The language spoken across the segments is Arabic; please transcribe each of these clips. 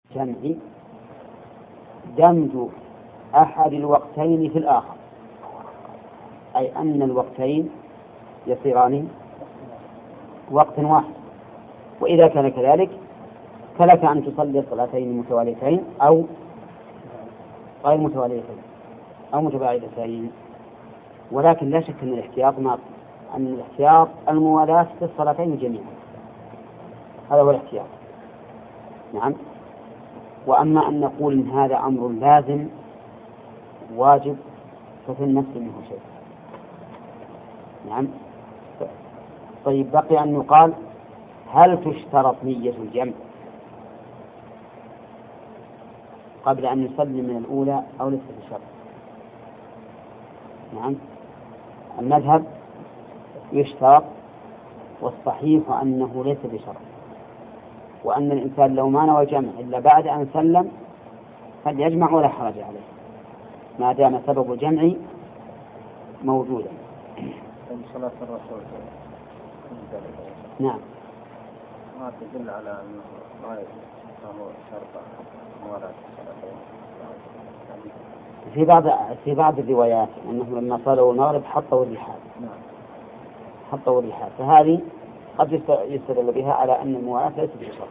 الجمع دمج أحد الوقتين في الآخر، أي أن الوقتين يصيران وقت واحد. وإذا كان كذلك فلك أن تصلي صلاتين متواليتين أو غير متواليتين أو متباعدتين. ولكن لا شك أن الاحتياط الموالاة في الصلاتين جميعا، هذا هو الاحتياط. نعم. وأما أن نقول إن هذا أمر لازم واجب ففي النفس منه شيء. نعم. طيب، بقي أن يقال هل تشترط نية الجمع قبل أن يسلم من الأولى أو ليس بشرط؟ نعم، المذهب يشترط، والصحيح أنه ليس بشرط، وأن الإنسان لو ما نوى الجمع إلا بعد أن سلم فليجمع ولا حرج عليه ما دام سبب الجمع موجودا. صلاة الرسول نعم، ما تدل على أنه ما هو شرط موالاة الصلاتين. في بعض الروايات أنهم لما صلوا المغرب حطوا الرحال، فهذه قد يستدل بها على أن الموالاة ليست بشرط.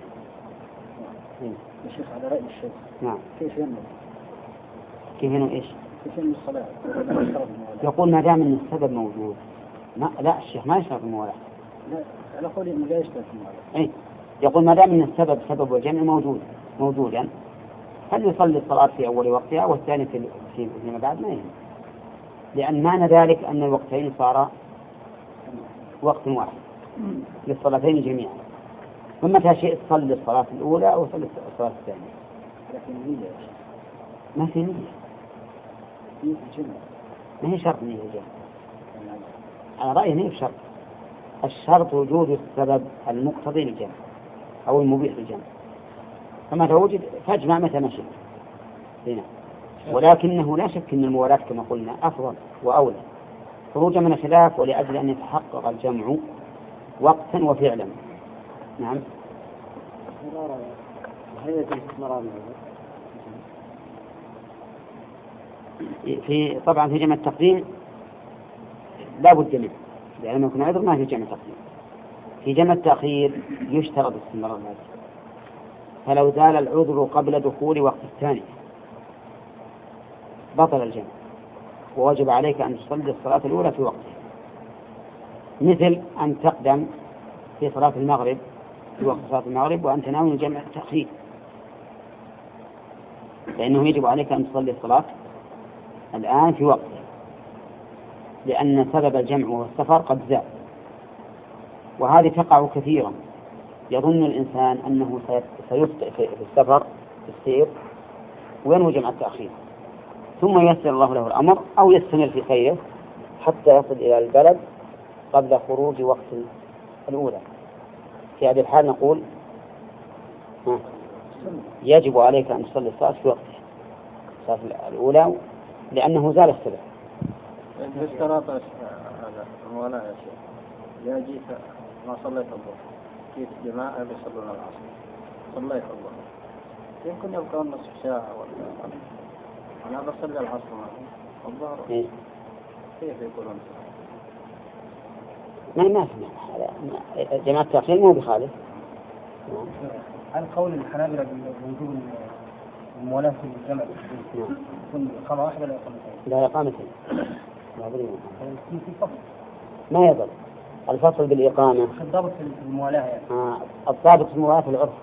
يا شيخ على رأي الشيخ. نعم. كيف ينمو إيش؟ كيف ينمو الصلاة؟ يقول ما دام أن السبب موجود. لا، الشيخ ما يشترط الموالاة. لا، على قولي إنه لا يشترط الموالاة. يقول ما دام أن سبب الجمع موجودا فليصلي الصلاة في أول وقتها والثاني فيما بعد، ما يهم، لأن معنى ذلك أن الوقتين صار وقت واحد للصلاتين جميعا. ومتى شئت تصلي الصلاة الأولى أو تصلي الصلاة الثانية. لكن النية ما في نية. ما هي شرط نية الجمع. على رأيي ما هي شرط. الشرط وجود السبب المقتضي للجمع أو المبيح للجمع، فمتى وجد فاجمع متى ما شئت هنا. ولكنه لا شك أن الموالاة كما قلنا أفضل وأولى خروجا من الخلاف، ولأجل أن يتحقق الجمع وقتا وفعلا. نعم. طبعا في جمع التقديم لا بد منه، لأنه يكون عذر ما في جمع التقديم. في جمع التأخير يشترط استمرار العذر، فلو زال العذر قبل دخول وقت الثاني بطل الجمع ووجب عليك أن تصلي الصلاة الأولى في وقتها، مثل أن تقدم في صلاة المغرب في وقت صلاة المغرب وأنت ناوي جمع التأخير، لأنه يجب عليك أن تصلي الصلاة الآن في وقتها، لأن سبب الجمع والسفر قد زال. وهذه تقع كثيرا، يظن الإنسان أنه سيخطئ في السفر في السير وينوي جمع التأخير، ثم ييسر الله له الأمر أو يستمر في خيره حتى يصل إلى البلد قبل خروج وقت الأولى. في هذه الحال نقول يجب عليك أن تصلي الصلاة في وقتها، الصلاة الأولى، لأنه زال السبب. اشتراط هذا الموالاة يا شيخ. إذا جيت ما صليت الظهر، جيت جماعة يصلون العصر، صليت الظهر، يمكن يبقى نصف ساعة ولا أنا بصلي العصر الظهر. كيف يقولون؟ ما في جماعة التأخير مو بخالف. هل قول الحنابلة بوجوب الموالاة في الجمع يكون إقامة واحدة ولا إقامتين؟ لا، إقامتين. ما يضل الفصل بالإقامة. الضابط في الموالاة يعني. الضابط في الموالاة في العرف.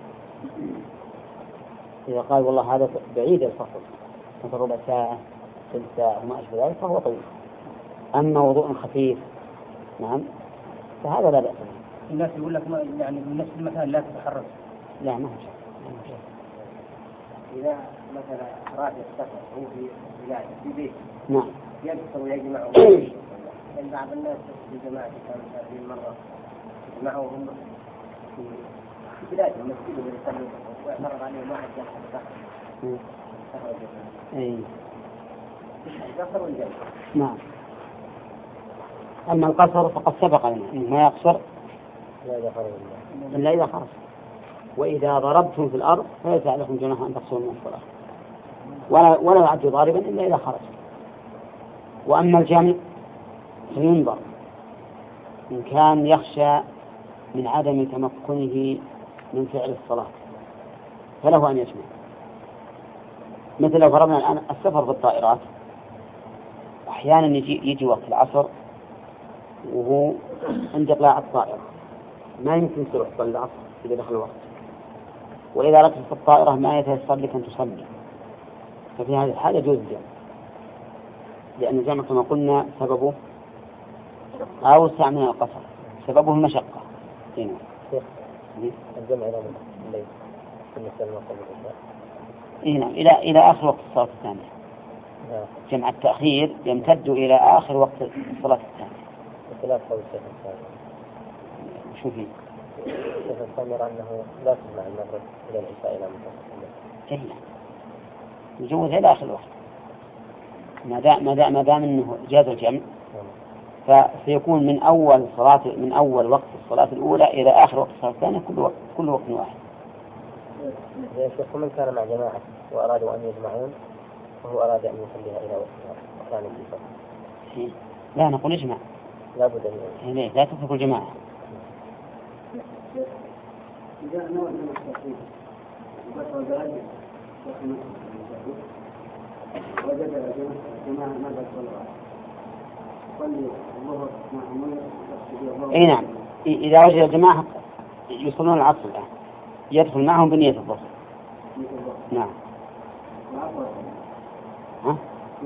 إذا قال والله هذا بعيد الفصل مثل ربع ساعة ثلث ساعة وما أشبه ذلك فهو طويل. أما وضوء خفيف نعم فهذا لا بأس به. الناس يقول لك يعني من نفس المكان لا تتحرك. لا، ما هو شيء. إذا مثلا أراد السفر هو في بلاد في بيت نعم يقصر ويجمع لأن بعض الناس في جماعة كانوا هذه المرة يجمعوهم في بلادهم مسجدهم يصلوا ويعترض عليهم واحد يأخذ القصر والجمع. نعم. أما القصر فقد سبق لنا إنه ما يقصر إلا إذا خرج. وإذا ضربتم في الأرض فليس عليكم جناح أن تقصروا من الصلاة، ولا يعد ضاربا إلا إذا خرج. وأما الجمع فينظر إن كان يخشى من عدم تمكنه من فعل الصلاة فله أن يجمع. مثل لو فرضنا الآن السفر بالطائرات، أحيانا يجي وقت العصر وهو عند إطلاع الطائرة ما يمكن تروح تصلي العصر إذا دخل الوقت، وإذا ركبت في الطائرة ما يتيسر لك أن تصلي، ففي هذه الحالة يجوز الجمع، لأن الجمع كما قلنا سببه أوسع من القصر، سببه المشقة. هنا الجمع إلى الليل بالنسبة للمصلي هنا إلى آخر وقت الصلاة الثانية. جمع التأخير يمتد إلى آخر وقت الصلاة الثانية. بخلاف قول الشيخ الثاني. شوفي الشيخ الثاني أنه لا تجمع المغرب إلى العشاء إلى منتصف الليل. يجوز إلى آخر الوقت ما دام أنه جاز الجمع، فسيكون من أول وقت الصلاة الأولى إلى آخر وقت الصلاة الثانية كل وقت واحد. يا شيخ من كان مع جماعة وأرادوا أن يجمعون وهو أراد أن يصليها إلى وقتها وكان يصلي. لا نقول اجمع، لا بد من لا تترك الجماعة. إذا نوع من التقويم وبصر ذلك وجد جماعة ماذا صلي الظهر مع أي نعم، إذا وجد الجماعة يصلون العصر الآن يدخل معهم بنية الظهر. نعم. ها؟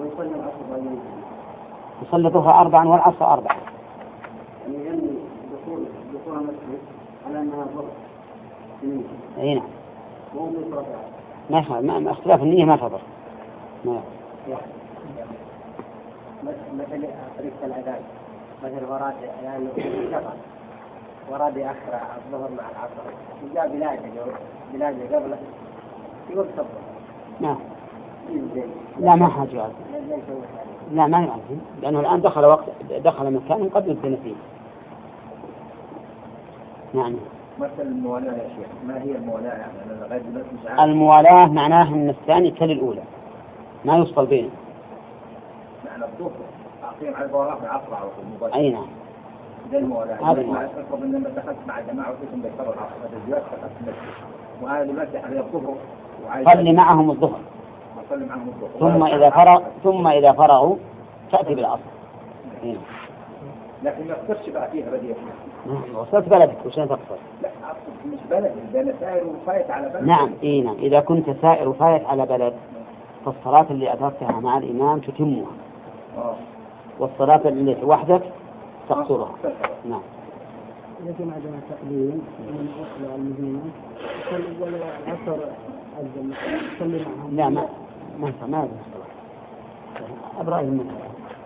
يصلي الظهر 4 والعصر 4. يعني دخول المسجد على أنها ظهر. أي نعم. ما اختلاف النية ما تضر. نعم. مثل طريقة الأذان مثل وراد يأخر الظهر مع العصر وجاء بلاده قبله يقول صبر. نعم. لا ما حاجة. لا ما يعزم، لأنه الآن دخل مكان قد يبدأ فيه. نعم. مثل الموالاة يا شيخ، ما هي الموالاة يعني؟ الموالاة معناه أن الثاني تلي الأولى ما يفصل بينه. معنى الظهر أقيم على الظهر العصر على طول. أي نعم. ده الموالاة. هذا الموالاة. أفرض إن دخلت مع جماعة وفيهم بيصلوا العصر هذا زيادة دخلت المسجد وهذا مسح على الظهر. صلي معهم الظهر. ثم إذا فرغوا تأتي بالعصر. لكن ما اقصرش بقى فيها بديهة. وصلت بلدك وشان تقصر؟ لا أقصد مش بلد، أنا سائر وفايت على بلد. نعم نعم، إذا كنت سائر وفايت على بلد فالصلاة اللي أدركتها مع الإمام تتمها. والصلاة اللي وحدك تقصرها. نعم. إذا كان عندنا تقليل من أصل المدينة يصلي العصر يصلي معهم. لا ما أبرأهم منها.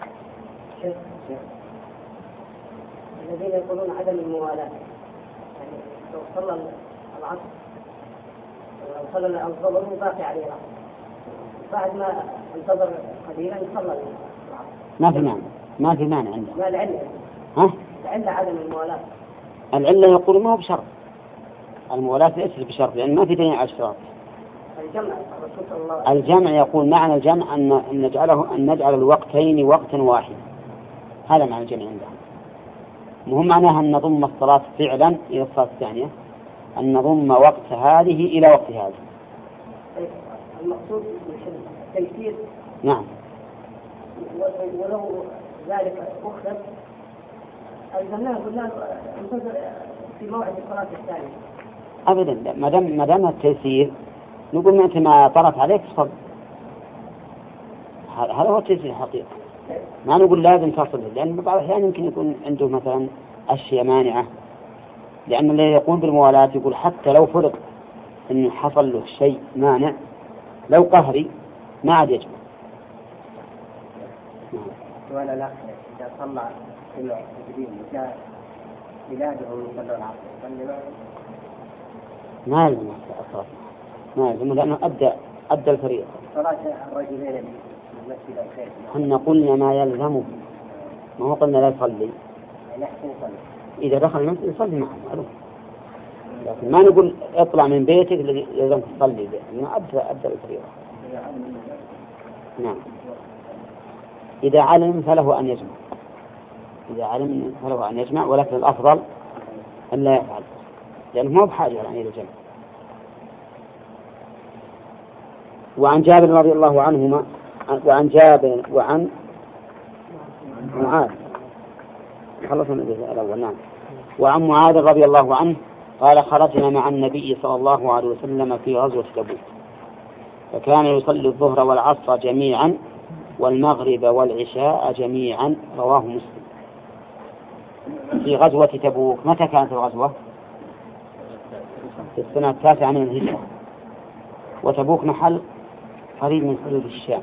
الذين يقولون عدم الموالاة يعني لو صلى العصر لو صلى الظهر باقي عليه العصر بعد ما انتظر قليلا صلى العصر. ما في مانع عنده. ما العلة؟ العلة عدم الموالاة. العلة يقول ما هو بشرط. الموالاة ليست بشرط لأن ما في دليل على الشرط. الجمع يقول معنى الجمع أن نجعل الوقتين وقتا واحدا. هذا معنى الجمع عندهم. مهم معناها أن نضم الصلاة فعلا إلى الصلاة الثانية، أن نضم وقت هذه إلى وقت هذه. المقصود التيسير. نعم. ولو ذلك أخذ الزمان قلنا انتظر في موعد الصلاة الثانية. أبدا، ما دام التيسير نقول أنت ما طرت عليك صب. هذا هو التيسير الحقيقي. ما نقول لازم تصل، لأن بعض الأحيان يمكن يكون عنده مثلا أشياء مانعة، لأن الذي يقول بالموالاة يقول حتى لو فرض أن حصل له شيء مانع لو قهري ما عاد يجب. ولا لا إذا صلى في المسجدين جاء بلاده وصلى العصر ما يلزم الصلاة، ما يلزم لأنه أدى الفريضة. صلاة الرجلين المسجد الخير. حنا قلنا ما يلزمه، ما هو قلنا لا يصلي. إذا دخل المسجد يصلي معه معروف. لكن ما نقول اطلع من بيتك لازم تصلي، ما أبدأ الفريضة. نعم. إذا علم فله أن يجمع، إذا علم فله أن يجمع، ولكن الأفضل أن لا يفعل لأنه ما بحاجة أن يجمع. وعن جابر رضي الله عنهما، وعن جابر وعن معاذ، خلصنا الأول. نعم. وعن معاذ رضي الله عنه قال خرجنا مع النبي صلى الله عليه وسلم في غزوة تبوك، فكان يصلي الظهر والعصر جميعا والمغرب والعشاء جميعا. رواه مسلم. في غزوة تبوك، متى كانت الغزوة؟ في السنة 9 من الهجرة، وتبوك محل قريب من حدود الشام.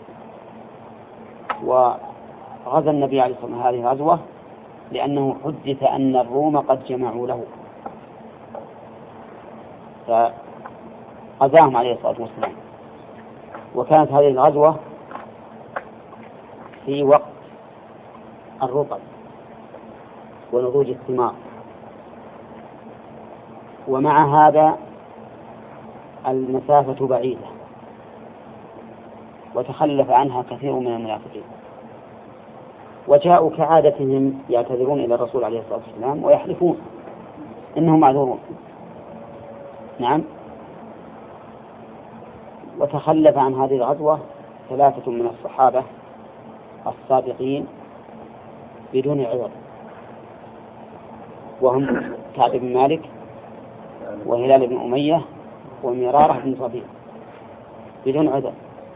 وغزا النبي عليه الصلاة والسلام هذه الغزوة لأنه حدث أن الروم قد جمعوا له، فغزاهم عليه الصلاة والسلام. وكانت هذه الغزوة في وقت الرطب ونضوج الثمار، ومع هذا المسافة بعيدة وتخلف عنها كثير من المنافقين، وجاءوا كعادتهم يعتذرون إلى الرسول عليه الصلاة والسلام ويحلفون إنهم معذورون. نعم. وتخلف عن هذه الغزوة 3 من الصحابة الصادقين بدون عذر، وهم كعب بن مالك وهلال بن أمية ومرارة بن صبيح بدون عذر،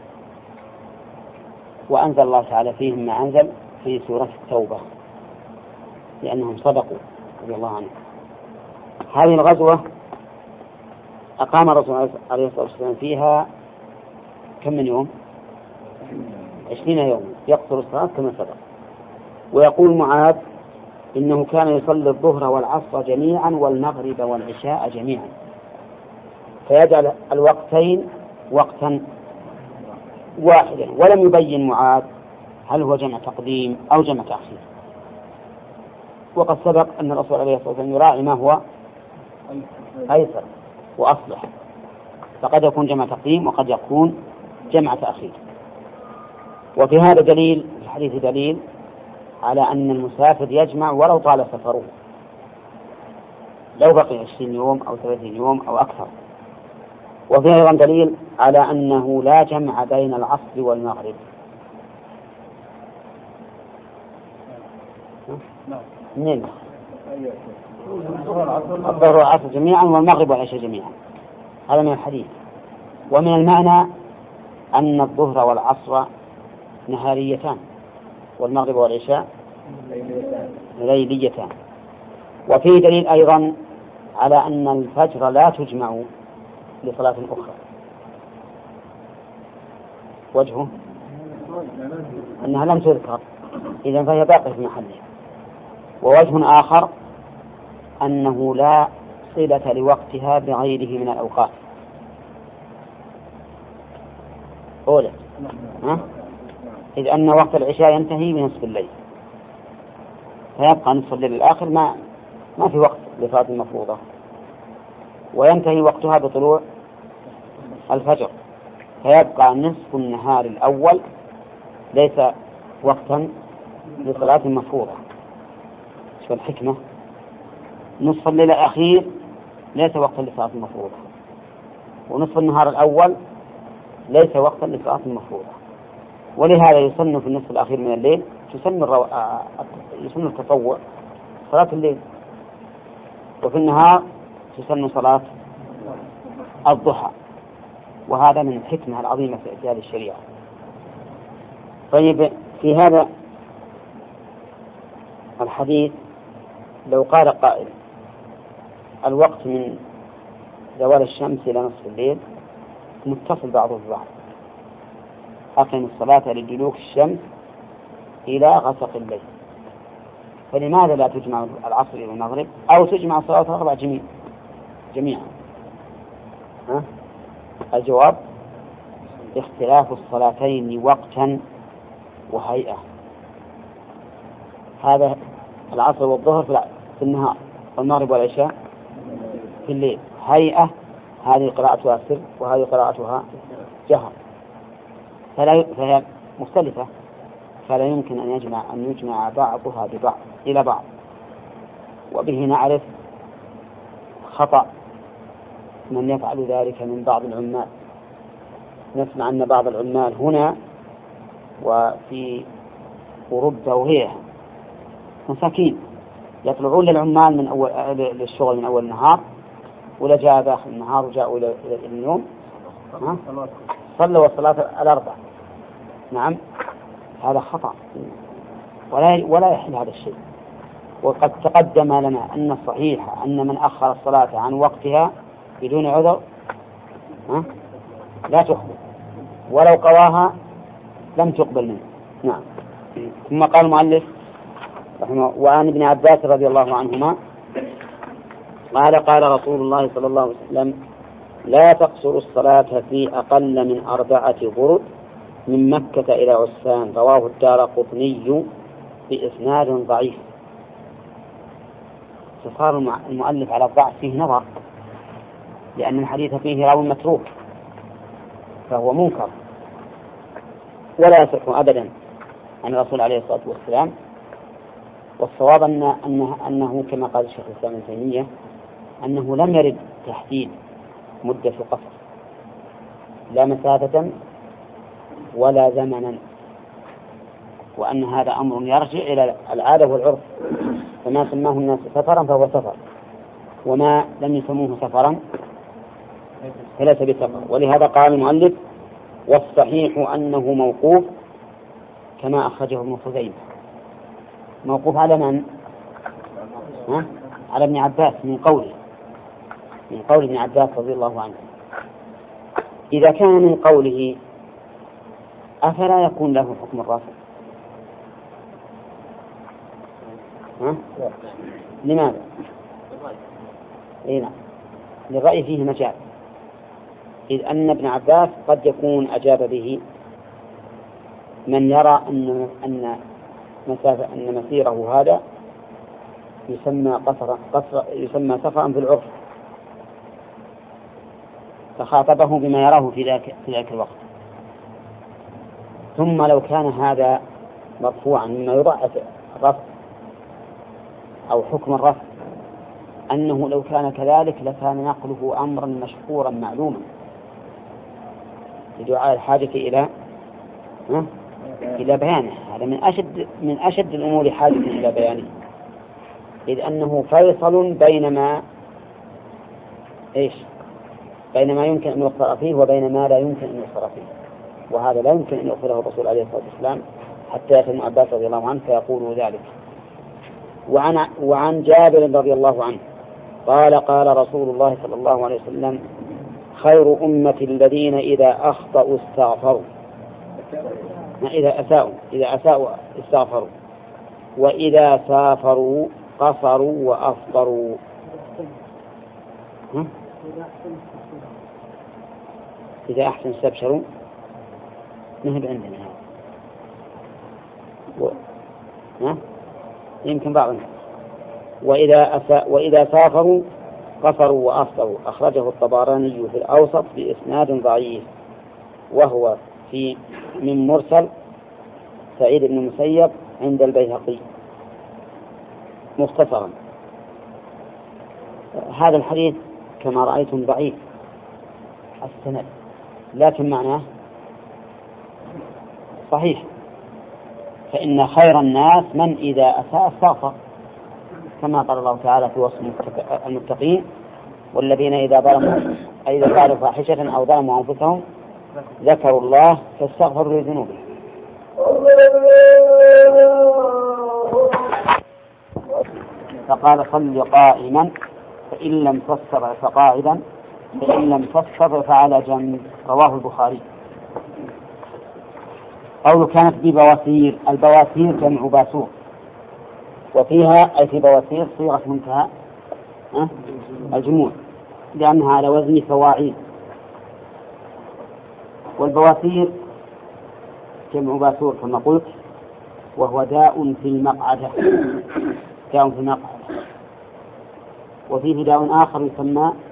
وأنزل الله تعالى فيهم ما أنزل في سورة التوبة لأنهم صدقوا رضي الله عنهم. هذه الغزوة أقام الرسول عليه الصلاة والسلام فيها كم من يوم؟ 20 يوم، يقصر الصلاة كما سبق. ويقول معاذ إنه كان يصلي الظهر والعصر جميعا والمغرب والعشاء جميعا، فيجعل الوقتين وقتا واحدا، ولم يبين معاذ هل هو جمع تقديم أو جمع تأخير. وقد سبق أن الرسول عليه الصلاة والسلام يراعي ما هو أيسر وأصلح، فقد يكون جمع تقديم وقد يكون جمع تأخير. وفي هذا دليل، في الحديث دليل على أن المسافر يجمع ولو طال سفره، لو بقي 20 يوم أو 30 يوم أو أكثر. وفي أيضا دليل على أنه لا جمع بين العصر والمغرب. منين؟ الظهر والعصر جميعا والمغرب والعشاء جميعا، هذا من الحديث. ومن المعنى أن الظهر والعصر نهاريتان والمغرب والعشاء ليليتان. وفيه دليل أيضا على أن الفجر لا تجمع لصلاة أخرى. وجهه أنها لم تذكر، إذن فهي باقية في محلها. ووجه آخر أنه لا صلة لوقتها بغيره من الأوقات. أولا إذ أن وقت العشاء ينتهي بنصف الليل، فيبقى نصف الليل الآخر ما في وقت لصلاة المفروضة، وينتهي وقتها بطلوع الفجر، فيبقى نصف النهار الأول ليس وقتا لصلاة المفروضة. شو الحكمة؟ نصف الليل الأخير ليس وقتا لصلاة المفروضة، ونصف النهار الأول ليس وقتا لصلاة المفروضة. ولهذا يسن في النصف الأخير من الليل يسن التطوع صلاة الليل، وفي النهار تسن صلاة الضحى، وهذا من الحكمة العظيمة في هذه الشريعة. طيب، في هذا الحديث لو قال قائل الوقت من زوال الشمس إلى نصف الليل متصل بعضه ببعض، أقم الصلاة لدلوك الشمس إلى غسق الليل، فلماذا لا تجمع العصر إلى المغرب أو تجمع الصلاة الأربع جميعا؟ الجواب اختلاف الصلاتين وقتا وهيئة. هذا العصر والظهر في النهار، والمغرب والعشاء في الليل هيئة، هذه قراءتها سر وهذه قراءتها جهر، فهي مختلفة، فلا يمكن أن يجمع بعضها ببعض إلى بعض. وبه نعرف خطأ من يفعل ذلك من بعض العمال. نسمع أن بعض العمال هنا وفي أوروبا وغيرها مساكين يطلعون للعمال من أول للشغل من أول النهار، ولا جاء داخل النهار وجاءوا إلى اليوم صلوا الصلاة الأربع. نعم، هذا خطأ ولا يحل هذا الشيء. وقد تقدم لنا أن الصحيح أن من أخر الصلاة عن وقتها بدون عذر لا تقبل، ولو قواها لم تقبل منه. نعم. ثم قال المؤلف وعن ابن عباس رضي الله عنهما قال رسول الله صلى الله عليه وسلم لا تقصروا الصلاة في أقل من 4 برد من مكة إلى عسفان. رواه الدارقطني بإسناد ضعيف. فصار المؤلف على الضعف فيه نظر، لأن الحديث فيه راوي متروك فهو منكر ولا يصح أبدا عن الرسول عليه الصلاة والسلام. والصواب أنه كما قال الشيخ الإسلام ابن تيمية أنه لم يرد تحديد مدة القصر لا مسافة ولا زمنا، وأن هذا أمر يرجع إلى العادة والعرف، فما سماه الناس سفرا فهو سفر، وما لم يسموه سفرا فليس بسفر. ولهذا قال المؤلف والصحيح أنه موقوف كما أخرجه ابن خزيمة. موقوف على من؟ على ابن عباس من قول ابن عباس رضي الله عنه. إذا كان من قوله أفلا يكون له حكم الرفع؟ لماذا؟ نعم، للرأي فيه مجال، إذ أن ابن عباس قد يكون أجاب به من يرى أن مسيره هذا يسمى سفرا في العرف، فخاطبه بما يراه في ذاك الوقت. ثم لو كان هذا مرفوعا مما يضاعف الرفع أو حكم الرفع، أنه لو كان كذلك لكان نقله أمرا مشهورا معلوما لدعاء الحاجة إلى بيانه. هذا من أشد الأمور حاجة إلى بيانه، إذ أنه فيصل بين ما يمكن أن يغفر فيه وبين ما لا يمكن أن يغفر فيه، وهذا لا يمكن أن يغفره الرسول عليه الصلاة والسلام حتى يأتي ابن عباس رضي الله عنه فيقول ذلك. وعن جابر رضي الله عنه قال رسول الله صلى الله عليه وسلم خير أمة الذين إذا أخطأوا استغفروا، إذا أساءوا استغفروا، وإذا سافروا قصروا وأفطروا. إذا أحسن استبشروا نهب عندنا يمكن بعضنا. وإذا سافروا قصروا وأفطروا. أخرجه الطبراني في الأوسط بإسناد ضعيف، وهو من مرسل سعيد بن المسيب عند البيهقي مختصرا. هذا الحديث كما رأيتم ضعيف السند، لكن معناه صحيح، فإن خير الناس من إذا أساء استغفر، كما قال الله تعالى في وصف المتقين والذين إذا فعلوا فاحشة أو ظلموا أنفسهم ذكروا الله فاستغفروا لذنوبهم. فقال صل قائما فإن لم تستطع فقاعدا فإن لم تستطع فعلى جنب. رواه البخاري. قوله كانت ببواسير، البواسير جمع باسور، وفيها أي في بواسير صيغة منتهى الجموع لأنها على وزن فواعيل. والبواسير جمع باسور كما قلت، وهو داء في المقعدة، داء في المقعدة. وفيه داء آخر يسمى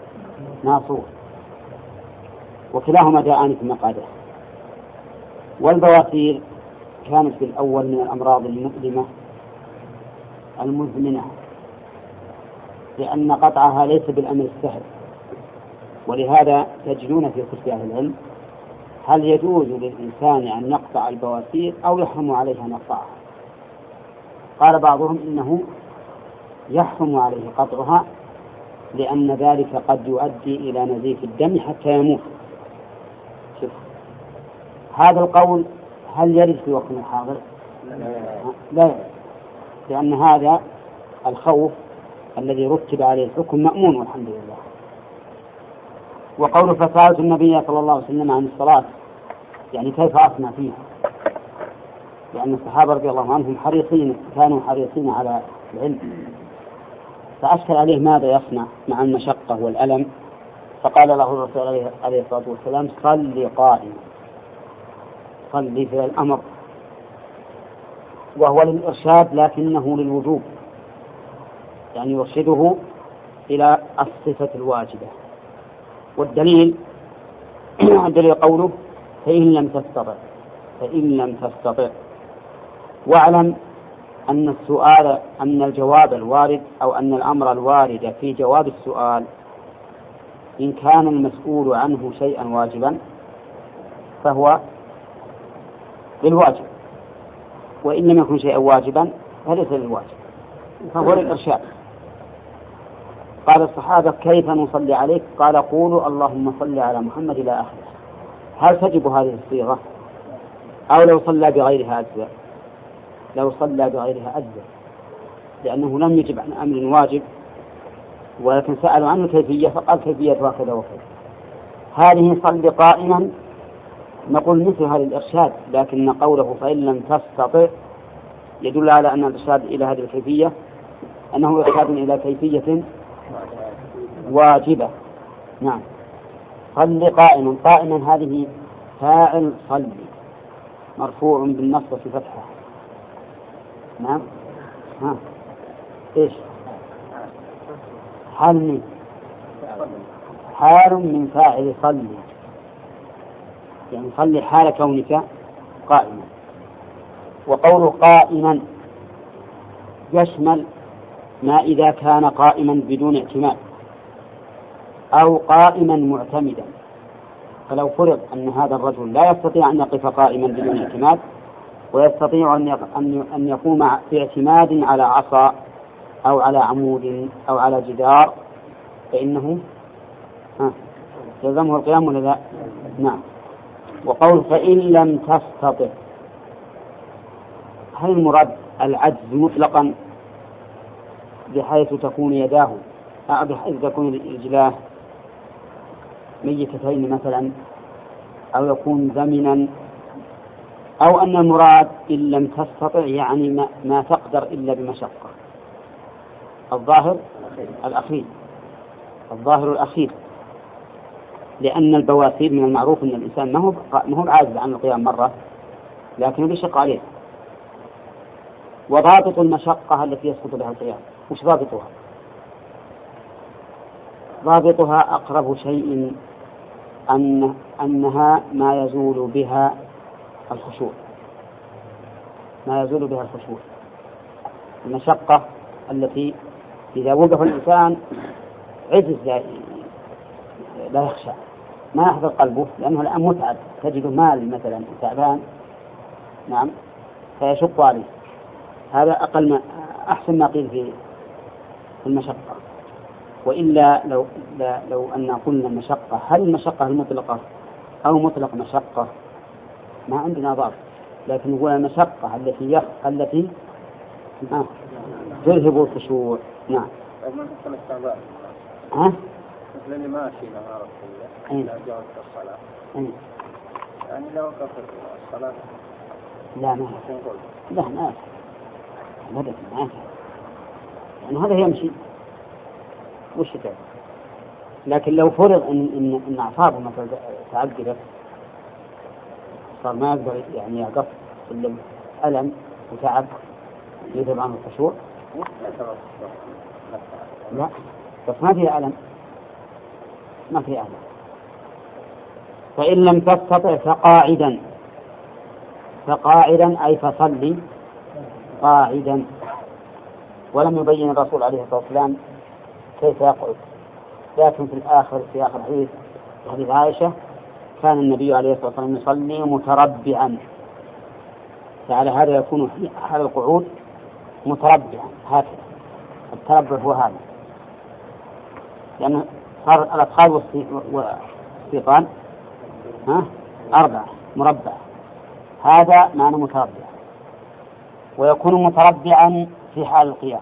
ناصور، وكلاهما داءان في المقادة. والبواسير كانت في الأول من الأمراض المؤلمة المزمنة، لأن قطعها ليس بالأمر السهل، ولهذا تجدون في كتب أهل العلم هل يجوز للإنسان أن يقطع البواسير أو يحرم عليه أن يقطعها. قال بعضهم إنه يحرم عليه قطعها، لأن ذلك قد يؤدي إلى نزيف الدم حتى يموت. شوف هذا القول هل يرد في وقت الحاضر؟ لا يرد، لأن هذا الخوف الذي رتب عليه الحكم مأمون والحمد لله. وقول فسألت النبي صلى الله عليه وسلم عن الصلاة، يعني كيف أصنع فيها، لأن الصحابة رضي الله عنهم كانوا حريصين على العلم، فأشكل عليه ماذا يصنع مع المشقة والألم، فقال له الرسول عليه الصلاة والسلام صل قائما، صل في الأمر، وهو للإرشاد لكنه للوجوب، يعني يرشده إلى الصفة الواجبة. والدليل قوله فإن لم تستطع. واعلم أن الجواب الوارد أو أن الأمر الوارد في جواب السؤال إن كان المسؤول عنه شيئا واجبا فهو للواجب، وإن لم يكن شيئا واجبا فليس للواجب، فهو للإرشاد. قال الصحابة كيف نصلي عليك؟ قال قولوا اللهم صل على محمد إلى آخره. هل تجب هذه الصيغة أو لو صلى بغيرها أجزاء؟ لو صلى بغيرها أجزاء، لأنه لم يجب عن أمر واجب، ولكن سألوا عن الكيفية فقال كيفيتها كذا وكذا. هذه صل قائما نقول مثلها للإرشاد، لكن قوله فإن لم تستطع يدل على أن الإرشاد إلى هذه الكيفية أنه إرشاد إلى كيفية واجبة. نعم. صل قائما، قائما هذه فاعل صل مرفوع بالنصب في فتحة. نعم. إيش حال من فاعل صل، يعني صل حال كونك قائما. وقول قائما يشمل ما إذا كان قائما بدون اعتماد أو قائما معتمدا. فلو فرض أن هذا الرجل لا يستطيع أن يقف قائما بدون اعتماد، ويستطيع أن يقوم باعتماد على عصا أو على عمود أو على جدار، فإنه يلزمه القيام ولا لا؟ نعم. وقول فإن لم تستطع، هل المراد العجز مطلقا بحيث تكون يداه بحيث تكون رجلاه ميتتين مثلا، أو يكون زمنا، أو أن المراد إن لم تستطع يعني ما تقدر إلا بمشقة؟ الظاهر الأخير، لأن البواسير من المعروف أن الإنسان ما هو عاجز عن القيام مرة، لكنه بيشق عليه. وضابط المشقة التي يسقط بها القيام وش ضابطها؟ ضابطها أقرب شيء أنها ما يزول بها الخشوع. المشقة التي إذا وقف الإنسان عجز لا يخشى، ما يحضر قلبه، لأنه الآن متعب، تجد مال مثلا تعبان، نعم، فيشق عليه. هذا أحسن ما قيل في المشقة. وإلا لو أن قلنا المشقة، هل المشقة المطلقة أو مطلق مشقة؟ ما عندنا ضابط، لكن هو المشقة التي تذهب الخشوع. نعم. مثل اللي ماشي نهار إذا جاءت الصلاة، يعني لو وقفت الصلاة لا ما أبدا يعني هذا يمشي وش تعب. لكن لو فرض إن أعصابه مثلا تعقدت صار ما يقدر يعني يقف إلا ألم وتعب يذهب عنه الخشوع، لا بس ما فيها ألم، ما في أهل. فإن لم تستطع فقاعدا أي فصلي قاعدا. ولم يبين الرسول عليه الصلاة والسلام كيف يقعد، لكن في آخر حديث عائشة كان النبي عليه الصلاة والسلام يصلي متربعا، فعلى هذا يكون حال القعود متربعا هكذا. التربع هو هذا، لأن صار الأدخال والسيطان 4 مربع، هذا معنى متربع. ويكون متربعا في حال القيام،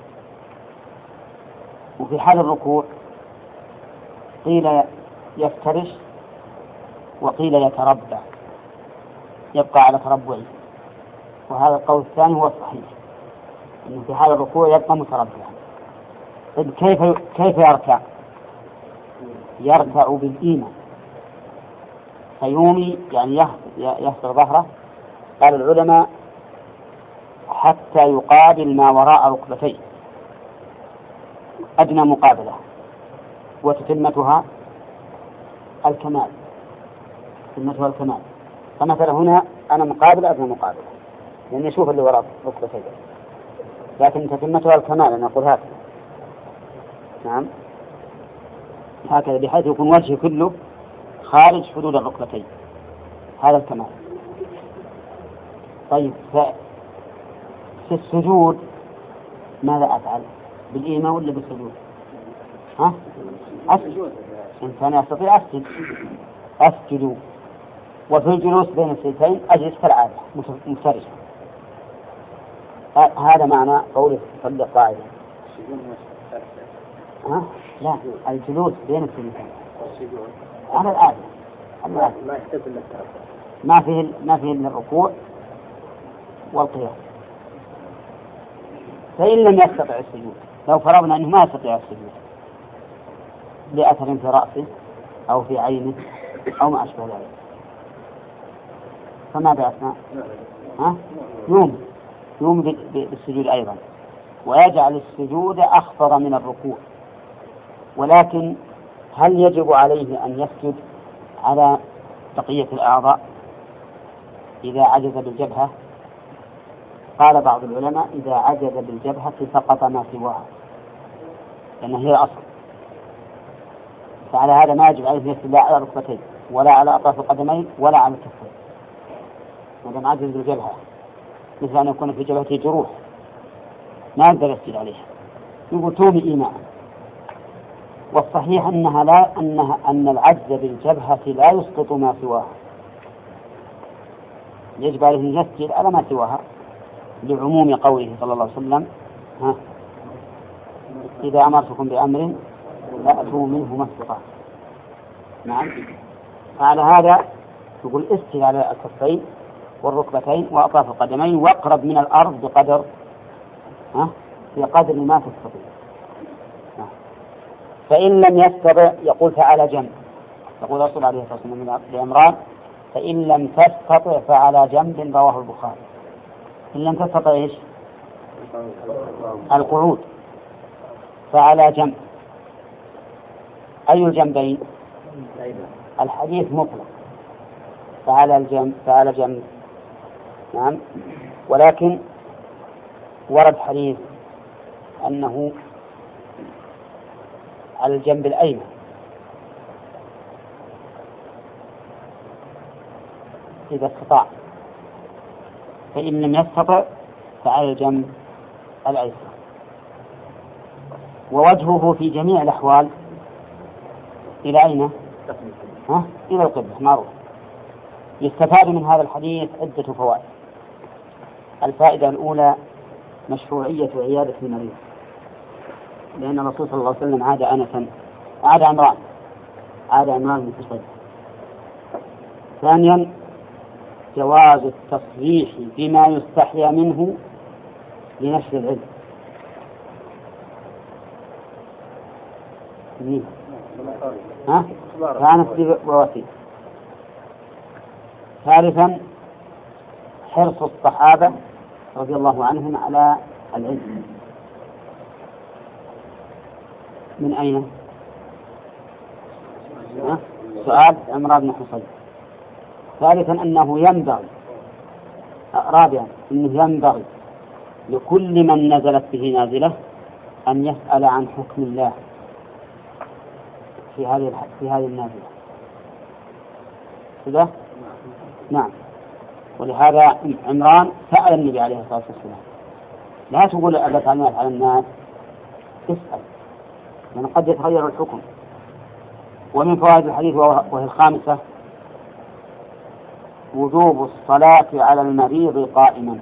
وفي حال الركوع قيل يفترش وقيل يتربع، يبقى على تربعه. وهذا القول الثاني هو الصحيح، أنه في حال الركوع يبقى متربعا. طيب كيف يركع؟ يركع بالإيمان، فيومي يعني يحصر ظهره. قال العلماء حتى يقابل ما وراء ركبتيه أدنى مقابلة، وتتمتها الكمال. فمثلا هنا أنا مقابل أدنى مقابلة، لأن يشوف اللي وراء ركبتيه، لكن تتمتها الكمال. أنا أقول هكذا، نعم هكذا، بحيث يكون وجهي كله خارج حدود الركبتين، هذا الكمال. طيب في السجود ماذا أفعل؟ بالإيمان ولا بالسجود؟ أسجد. إنسان يستطيع أسجد. وفي الجلوس بين السجدتين أجلس كالعادة مفترشا. هذا معنى قوله صلي قاعدا. لا، الجلوس بين السجدتين على العادة ما فيه إلا الركوع والقيام. فإن لم يستطع السجود، لو فرضنا أنه ما يستطيع السجود لأثر في رأسه أو في عينه أو ما أشبه ذلك، فماذا يصنع؟ يوم بالسجود أيضا، ويجعل السجود أخفض من الركوع. ولكن هل يجب عليه أن يسجد على بقية الأعضاء إذا عجز بالجبهة؟ قال بعض العلماء إذا عجز بالجبهة سقط ما سواها، لأنها هي الأصل. فعلى هذا ما يجب عليه يسجد لا على الركبتين ولا على أطراف القدمين ولا على الكفين، ما دام عجز بالجبهة، مثل أن يكون في جبهته جروح ما يقدر يسجد عليها، يقول تومي إيماء. والصحيح أن العجز بالجبهة لا يسقط ما سواها، يجب عليه أن يسجد على ما سواها، لعموم قوله صلى الله عليه وسلم إذا أمرتكم بأمر فأتوا منه ما استطعتم. نعم. فعلى هذا يقول اسجد على الكفين والركبتين وأطراف القدمين واقرب من الأرض بقدر ما تستطيع. فإن لم يستطع يقول فعلى جنب. يقول الرسول عليه الصلاة والسلام لعمران فإن لم تستطع فعلى جنب، رواه البخاري. إن لم تستطع إيش؟ القعود، فعلى جنب. أي الجنبين؟ الحديث مطلق، فعلى جنب. نعم. ولكن ورد حديث أنه على الجنب الأيمن، إذا استطاع. فإن لم يستطع فعلى الجنب الأيسر. ووجهه في جميع الأحوال إلى أين؟ إلى القبلة، معروف. يستفاد من هذا الحديث عدة فوائد. الفائدة الأولى مشروعية عيادة المريض، لأن الرسول صلى الله عليه وسلم عاد عمران بن حصين. ثانيا جواز التصريح بما يستحيا منه لنشر العلم. كانت بواسيط. ثالثا حرص الصحابة رضي الله عنهم على العلم. من أين؟ سؤال عمران بن حصين. ثالثا أنه ينبغي، رابعا أنه ينبغي لكل من نزلت به نازلة أن يسأل عن حكم الله في هذه النازلة كذا. نعم. ولهذا عمران سأل النبي عليه الصلاة والسلام، لا تقول أبت على الناس، اسأل لأن قد يتغير الحكم. ومن فوائد الحديث وهي الخامسة وجوب الصلاة على المريض قائما.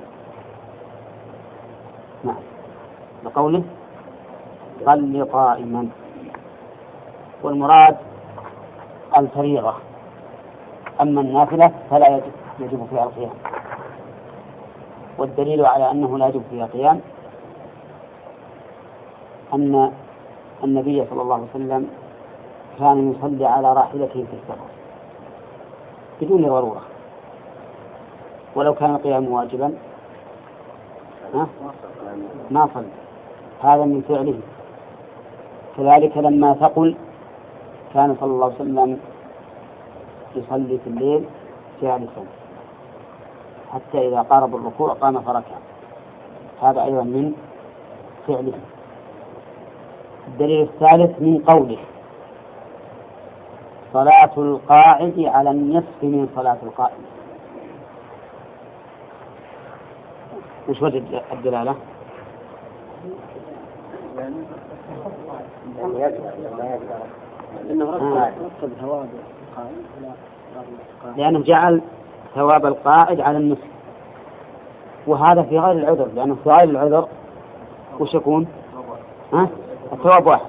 نعم، بقوله صل قائما، والمراد الفريضة، أما النافلة فلا يجب فيها القيام. والدليل على أنه لا يجب فيها القيام أن النبي صلى الله عليه وسلم كان يصلي على راحلته في السفر بدون ضرورة، ولو كان القيام واجبا ما صلى. هذا من فعله. كذلك لما ثقل كان صلى الله عليه وسلم يصلي في الليل جالسا حتى إذا قارب الركوع قام فركع، هذا أيضا من فعله. الدليل الثالث من قوله صلاة القاعد على النصف من صلاة القائم. وش وجه الدلالة؟ لأنه جعل ثواب القاعد على النصف، وهذا في غير العذر، لأنه في غير العذر وش يكون؟ الثواب واحد.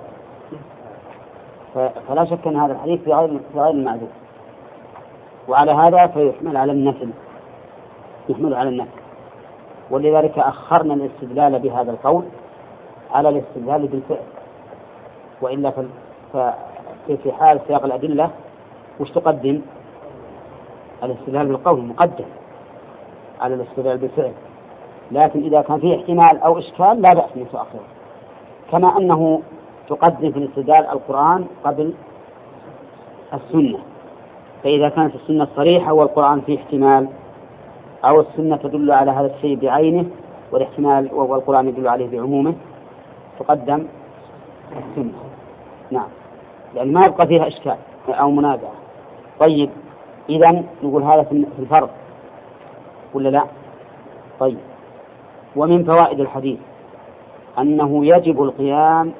فلا شك أن هذا الحديث في غير المعذور، وعلى هذا فيحمل على النفل، يحمل على النفل. ولذلك أخرنا الاستدلال بهذا القول على الاستدلال بالفعل، وإلا في حال سياق الأدلة وش تقدم؟ الاستدلال بالقول مقدم على الاستدلال بالفعل، لكن إذا كان فيه احتمال أو إشكال لا بأس من تأخيره، كما أنه تقدم في الاستدلال القرآن قبل السنة. فإذا كانت السنة صريحة والقرآن فيه احتمال، أو السنة تدل على هذا الشيء بعينه والاحتمال والقرآن يدل عليه بعمومه، تقدم السنة. نعم، لأن ما يبقى فيها إشكال أو منازعة. طيب، إذن نقول هذا في الفرض ولا لا؟ طيب، ومن فوائد الحديث أنه يجب القيام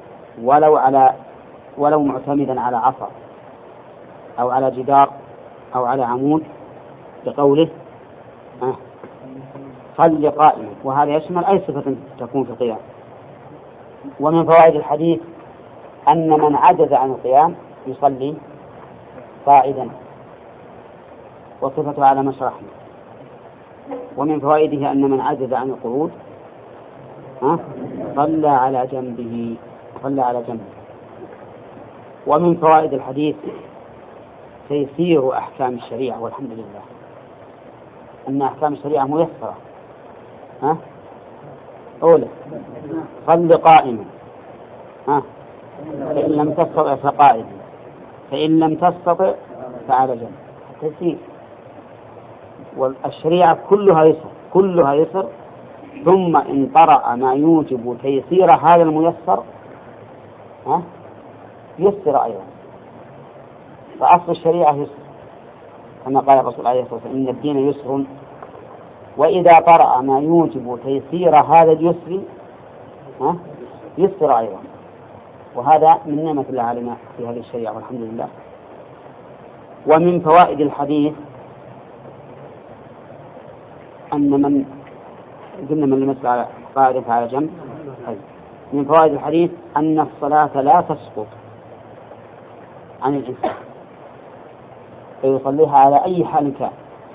ولو معتمدا على عصا أو على جدار أو على عمود، بقوله صل قائما، وهذا يشمل أي صفة تكون في القيام. ومن فوائد الحديث أن من عجز عن القيام يصلي قاعدا، وصفته على ما شرحنا. ومن فوائده أن من عجز عن القعود صلى على جنبه. ومن فوائد الحديث تيسير أحكام الشريعة، والحمد لله أن أحكام الشريعة ميسرة. أولا صل قائما، فإن لم تستطع فقائدا، فإن لم تستطع فعلى جنب. تيسير، والشريعة كلها يسر، ثم إن طرأ ما يوجب تيسير هذا الميسر يسر أيضا. فأصل الشريعة يسر، كما قال الرسول عليه الصلاة والسلام: إن الدين يسر. وإذا طرأ ما يوجب تيسير هذا اليسر يسر أيضا، وهذا من نعمة الله علينا في هذه الشريعة، والحمد لله. ومن فوائد الحديث أن من لم يسعى قاعدة على جنب. من فوائد الحديث أن الصلاة لا تسقط عن الإنسان، فيصليها على أي حال كان،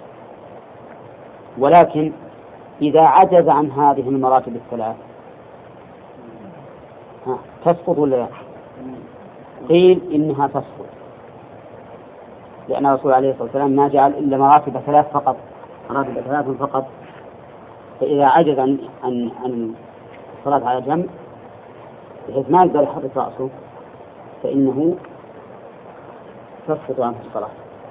ولكن إذا عجز عن هذه المراتب الثلاث تسقط ولا لا؟ قيل إنها تسقط، لأن الرسول عليه الصلاة والسلام ما جعل إلا مراتب ثلاث فقط. فإذا عجز عن الصلاة على جنب بحيث ما يقدر يحرك رأسه، فإنه تسقط عنه الصلاة.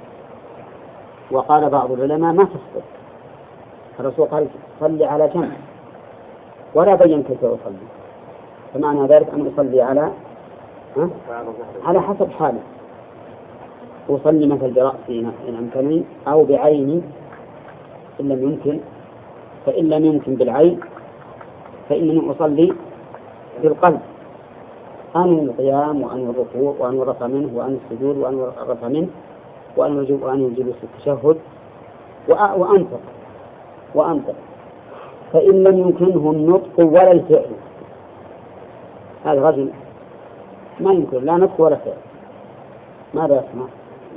وقال بعض العلماء ما تسقط، الرسول قال صلي على جنب ولا بين كيف يصلي، فمعنى ذلك أن أصلي على حسب حالي، أصلي مثل برأسي إن أمكنني أو بعيني إن لم يمكن، فإن لم يمكن بالعين فإنني أصلي بالقلب، أنوي القيام وأنوي الركوع وأنوي الرفع منه وأنوي السجود وأنوي الرفع منه وأنوي الجلوس في التشهد وأنطق، فإن لم يمكنه النطق ولا الفعل، هذا رجل ما يمكن لا نطق ولا فعل، ماذا يسمع؟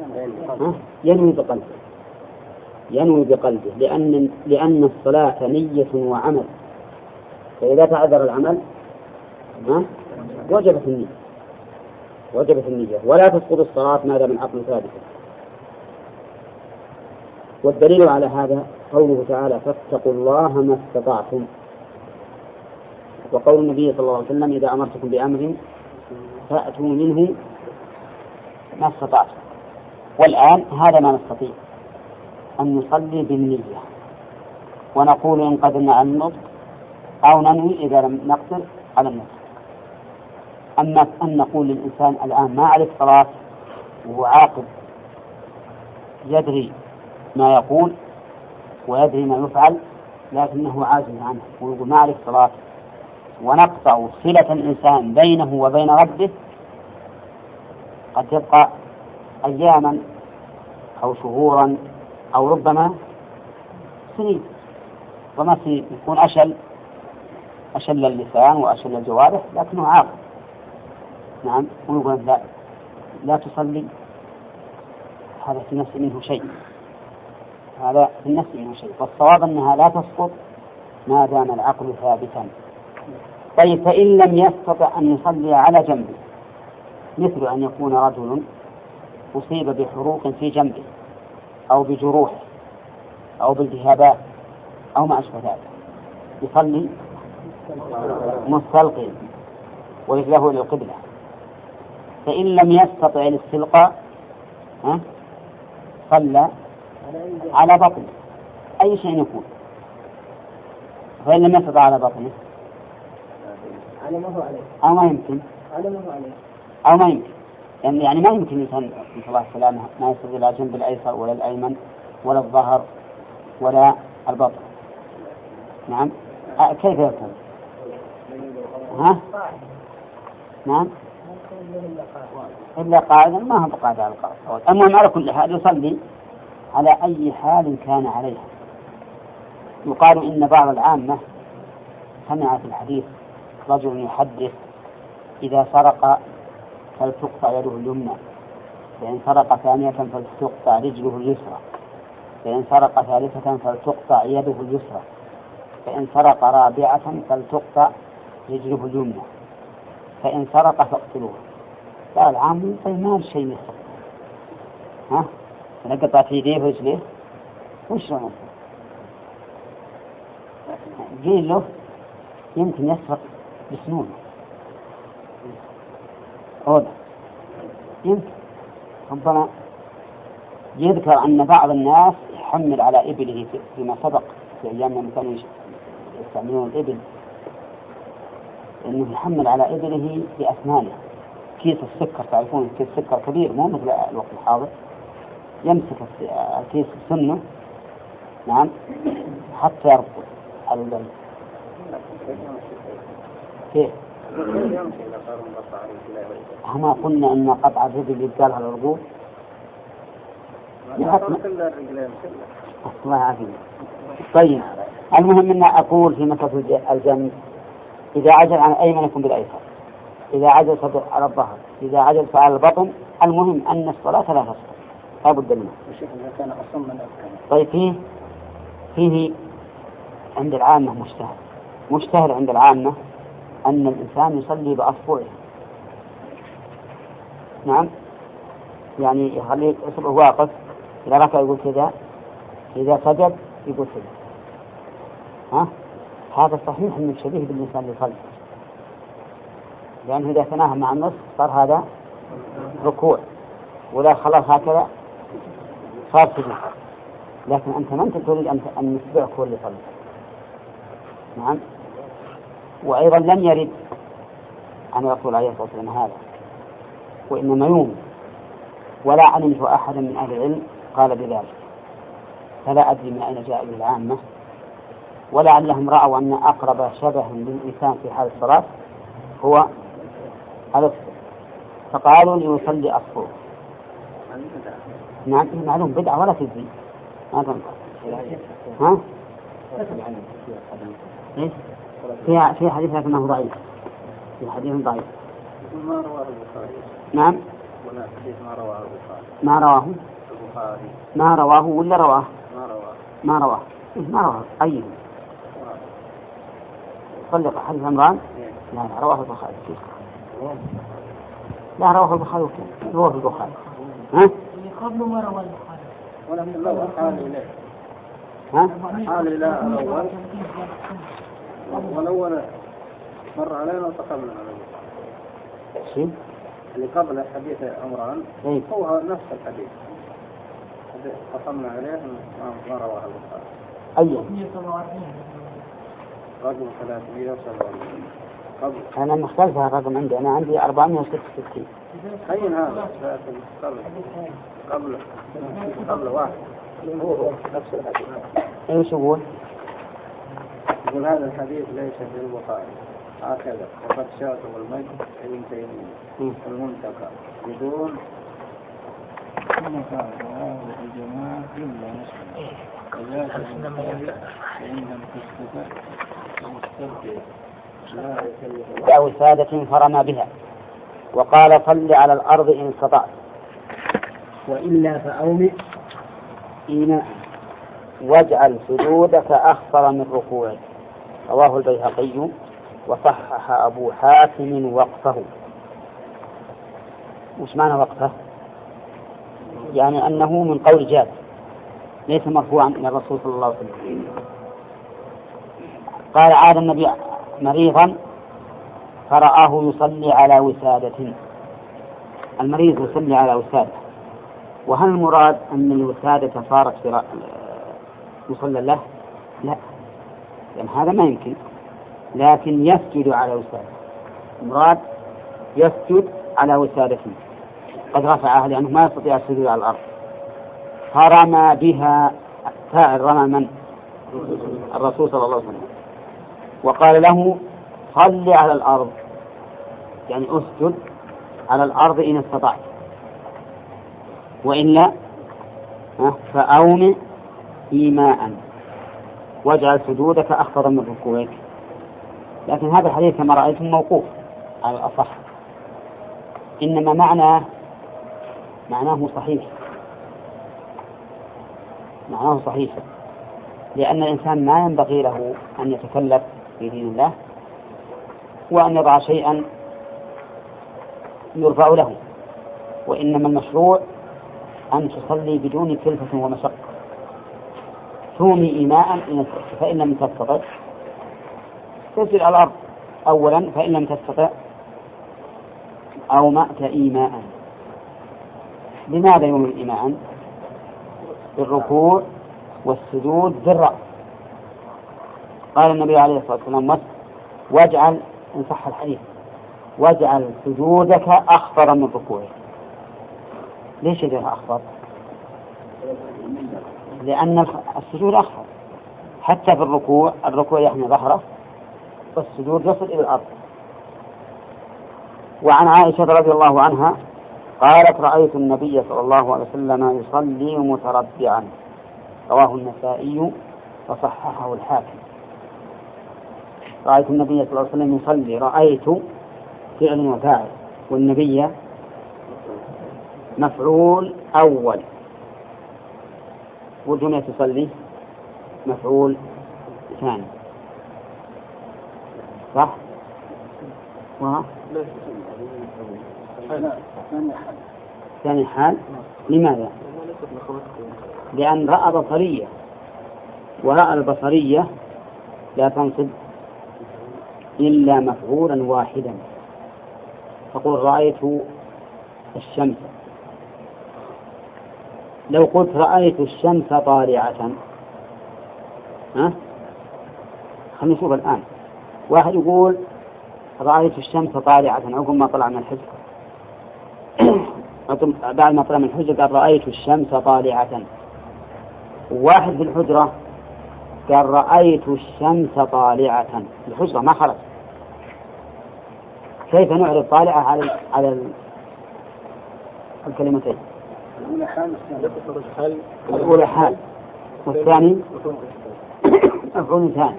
ينوي بقلبه لأن الصلاة نية وعمل، فإذا تعذر العمل وجبت النية ولا تسقط الصلاة ما دام العقل ثابتا. والدليل على هذا قوله تعالى فاتقوا الله ما استطعتم، وقول النبي صلى الله عليه وسلم إذا أمرتكم بأمر فأتوا منه ما استطعتم. والآن هذا ما نستطيع أن نصلي بالنية ونقول إن قدرنا على النطق أو ننوي إذا لم نقدر على النطق. أما أن نقول للإنسان الآن ما عليك صلاة وهو عاقل يدري ما يقول ويدري ما يفعل لكنه عاجز عنه ويقول ما عليك صلاة، ونقطع صلة الإنسان بينه وبين ربه، قد يبقى أياما أو شهورا أو ربما سنين، وما يكون أشل اللسان وأشل الجوارح لكنه عاقل. نعم، ويقول لا تصلي، هذا في النفس منه شيء، والصواب أنها لا تسقط ما دام العقل ثابتا. طيب، فإن لم يستطع أن يصلي على جنبه، مثل أن يكون رجل أصيب بحروق في جنبه أو بجروح أو بالتهابات أو ما أشبه ذلك، يصلي مستلقيا ورجله إلى القبلة، فإن لم يستطع الاستلقاء صلى على بطنه أي شيء يكون. فإن لم يستطع على بطنه أو ما يمكن يعني ما يمكن الإنسان صلى الله عليه وسلم ما يستطيع لا الجنب الأيسر ولا الأيمن ولا الظهر ولا البطن. نعم، كيف يكون؟ نعم، إلا قاعدا، ما هو قاعد على القاعدة. المهم على كل حال يصلي على أي حال كان عليها. يقال إن بعض العامة سمع في الحديث رجل يحدث إذا سرق فلتقطع يده اليمنى، فإن سرق ثانية فلتقطع رجله اليسرى، فإن سرق ثالثة فلتقطع يده اليسرى، فإن سرق رابعة فلتقطع رجله اليمنى، فإن سرق فاقتلوه. قال العام طيب ما الشيء يسرق، نقطع في يديه ورجليه وش رأيك؟ قيل له يمكن يسرق بسنونه، يمكن ربما. يذكر أن بعض الناس يحمل على إبله فيما سبق في أيام لما كانوا يستعملون الإبل، إنه يحمل على إبله بأسنانه كيس السكر، تعرفون كيس السكر كبير مو مثل الوقت الحاضر، يمسك الكيس بسنه نعم حتى يربط على البلد. كيف؟ ما قلنا أن قطع الرجل يبقى على الرجول الله عافية. طيب، المهم أن أقول في مسألة الجنب إذا عجل عن أيمنكم بالأيسر، إذا عجل على الظهر، إذا عجل على البطن، المهم أن الصلاة لا تصح، لا بد منها. طيب، فيه عند العامة مشتهر عند العامة أن الإنسان يصلي بأصبعه. نعم، يعني يخلي أصبعه واقف، إذا ركع يقول كذا، إذا سجد يقول كذا. هذا صحيح أنه شبيه بالإنسان يصلي، لأنه إذا تناهى مع النص صار هذا ركوع، ولا خلاص هكذا صار سجود، لكن أنت ما أنت تريد أن يتبعك هو اللي يصلي. نعم. وأيضا لم يرد عن الرسول عليه الصلاة والسلام هذا، وإنما يوم، ولا علمت أحدا من أهل العلم قال بذلك، فلا أدري من أين جاء العامة، ولعلهم رأوا أن أقرب شبه للإنسان في حال الصلاة هو الأصفر، فقالوا ليصلي أصفر. نعم معلوم بدعة ولا تجزي، ما تنفع. ها؟ في حديث لكنه ضعيف، في حديث ضعيف. ما رواه البخاري. نعم. ولا حديث ما رواه البخاري. ما رواه البخاري. ما رواه ولا رواه؟ ما رواه. ما رواه. ما رواه أيه؟ طلق حديث عمران. لا رواه البخاري. لا رواه البخاري. رواه البخاري. ها؟ قبل ما رواه البخاري. ولكن لو حال إليه. ها؟ حال إلى الأول. والأول مر علينا وتقبلنا عليه. شيء؟ اللي قبل حديث عمران هو نفس الحديث. قسمنا عليه ما رواه البخاري. أيه؟ رقم 347 قبل. أنا مختلف هذا الرقم عندي، أنا عندي 466. أي هذا؟ قبل واحد. هو نفس الحديث. إيش يقول؟ يقول هذا الحديث ليس في البخاري هكذا، وقد شاته المجد ابن تيمية المنتقى بدون الجماعة إلا مسلم وذاك فإن لم تستطع فمستبدل لا وسادة فرمى بها، وقال صل على الأرض إن استطعت، وإلا فأومئ إيماء واجعل سجودك أخطر من ركوعك. رواه البيهقي وصحح أبو حاتم وقفه. وش معنى وقفه؟ يعني أنه من قول جاد ليس مرفوعا إلى الرسول صلى الله عليه وسلم. قال عاد النبي مريضا فرآه يصلي على وسادة. المريض يصلي على وسادة، وهل المراد أن الوسادة صارت في مصلى له؟ لا، لأن هذا ما يمكن، لكن يسجد على وسادة. المراد يسجد على وسادة قد رفعها لأنه ما يستطيع السجود على الأرض. فرمى بها، فاعل رمى من؟ الرسول صلى الله عليه وسلم، وقال له صل على الأرض، يعني أسجد على الأرض إن استطعت، وإلا فأومئ إيماء واجعل سجودك أخفض من ركوعك. لكن هذا الحديث كما رأيتم موقوف على الأصح، إنما معناه صحيح، معناه صحيح، لأن الإنسان ما ينبغي له أن يتكلف في دين الله وأن يضع شيئا يرفع له، وإنما المشروع أن تصلي بدون كلفة ومشقة. تومي إيماء فإن لم تستطع تسجد على الأرض أولا، فإن لم تستطع أومأت إيماء. لماذا يومي إيماء؟ بالركوع والسجود بالرأس. قال النبي عليه الصلاة والسلام واجعل، إن صح الحديث، واجعل سجودك أخفض من ركوعك. ليش يجعلها أخفض؟ لأن السجود أخفض، حتى في الركوع يحمي ظهره، والسجود يصل إلى الأرض. وعن عائشة رضي الله عنها قالت رأيت النبي صلى الله عليه وسلم يصلي متربعا. رواه النسائي وصححه الحاكم. رأيت النبي صلى الله عليه وسلم يصلي، رأيت فعل وفاعل، والنبي مفعول أول، والجملة تصلي مفعول ثاني، صح؟ ثاني حال. لماذا؟ لأن رأى بصرية، ورأى البصرية لا تنصب إلا مفعولا واحدا. تقول رأيت الشمس، لو قلت رأيت الشمس طالعة، ها؟ خلينا نشوف الآن. واحد يقول رأيت الشمس طالعة عقب ما طلع من الحجر، بعد ما طلع من الحجر قال رأيت الشمس طالعة. واحد في الحجرة قال رأيت الشمس طالعة، الحجرة ما خرج. كيف نعرض طالعة على الكلمتين؟ الأولى حال والثاني مفعول ثاني.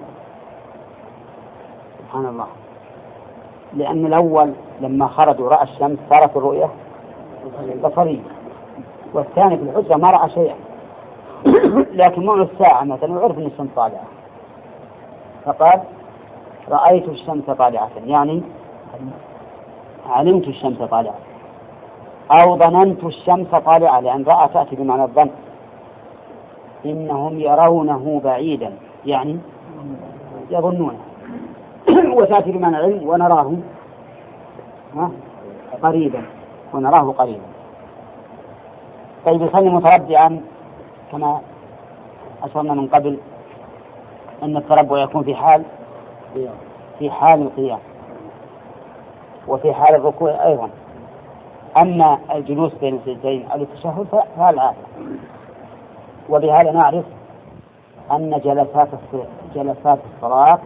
سبحان الله، لأن الأول لما خرج ورأى الشمس صارت الرؤية بصرية، والثاني في الحجرة ما رأى شيئا لكن معه الساعة مثلا وعرف أن الشمس طالعة، فقال رأيت الشمس طالعة، يعني علمت الشمس طالعة، أو ظننت الشمس طالعة، لأن رأى تأتي بمعنى الظن. إنهم يرونه بعيدا، يعني يظنونه، وتأتي بمعنى العلم ونراه قريبا، ونراه قريبا. طيب يصلي متربعا كما أشرنا من قبل أن التربع يكون في حال القيام وفي حال الركوع أيضا. أما الجلوس بين السجدتين أو التشهد فهذا. وبهذا نعرف أن جلسات الصلاة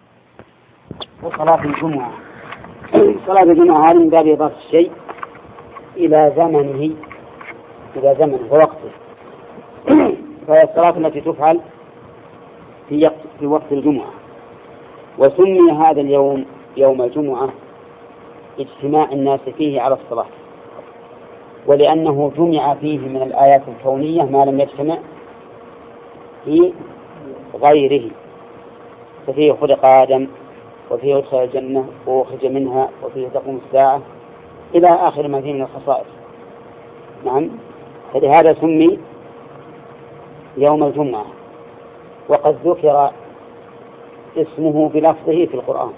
وصلاة الجمعة، صلاة الجمعة هذه من باب إضافة الشيء إلى زمنه ووقته، فهي الصلاة التي تفعل في وقت الجمعة. وسمي هذا اليوم يوم الجمعة اجتماع الناس فيه على الصلاة، ولأنه جمع فيه من الآيات الكونية ما لم يجتمع في غيره، ففيه خلق آدم، وفيه أدخل الجنة وأخرج منها، وفيه تقوم الساعة، إلى آخر ما فيه من الخصائص. نعم، فلهذا سمي يوم الجمعة. وقد ذكر اسمه بلفظه في القرآن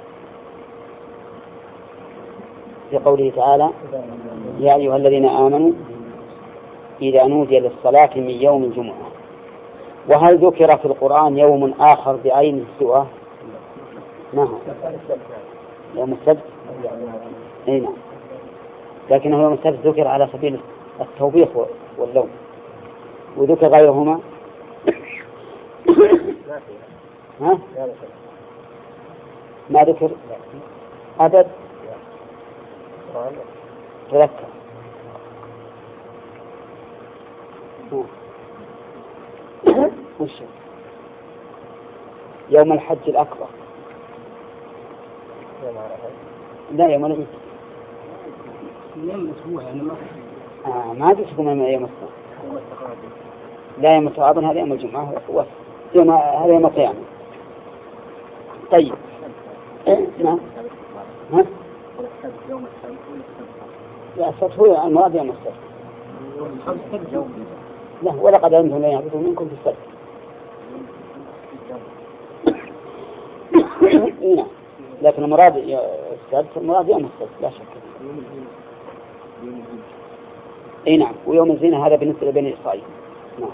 في قوله تعالى يا أيها الذين آمنوا إذا نودي للصلاة من يوم الجمعة. وهل ذكر في القرآن يوم آخر بعينه سواه؟ نعم، يوم السبت. أي نعم، لكنه يوم السبت ذكر على سبيل التوبيخ واللوم، وذكر غيرهما ها؟ ما ذكر أبد. تذكر وش يوم الحج الأكبر؟ لا، يوم العيد. يوم أسبوع يعني ما تسكن يوم السبت. لا، يوم التغابن هذا يوم الجمعة، هذا يوم القيامة. طيب نعم، ها؟ لا، السبت هو المراد يوم السبت. لا، ولقد علمتم لا يعبدون منكم في السبت. نعم، لكن المراد السبت المراد يوم السبت لا شك. اي نعم، ويوم الزينة هذا بالنسبة لبني إسرائيل. نعم.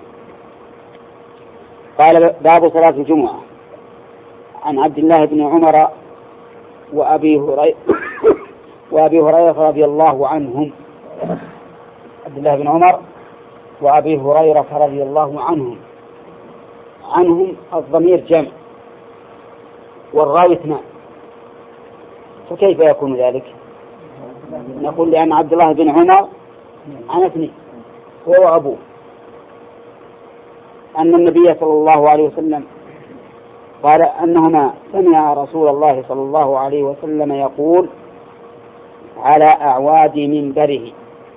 قال باب صلاة الجمعة. عن عبد الله بن عمر وأبي هريرة رضي الله عنهم. عبد الله بن عمر وأبي هريرة رضي الله عنهم الضمير جمع والراوي اثنان، فكيف يكون ذلك؟ نقول لأن عبد الله بن عمر عن اثنين هو وأبوه، أن النبي صلى الله عليه وسلم قال أنهما سمع رسول الله صلى الله عليه وسلم يقول على أعواد منبره.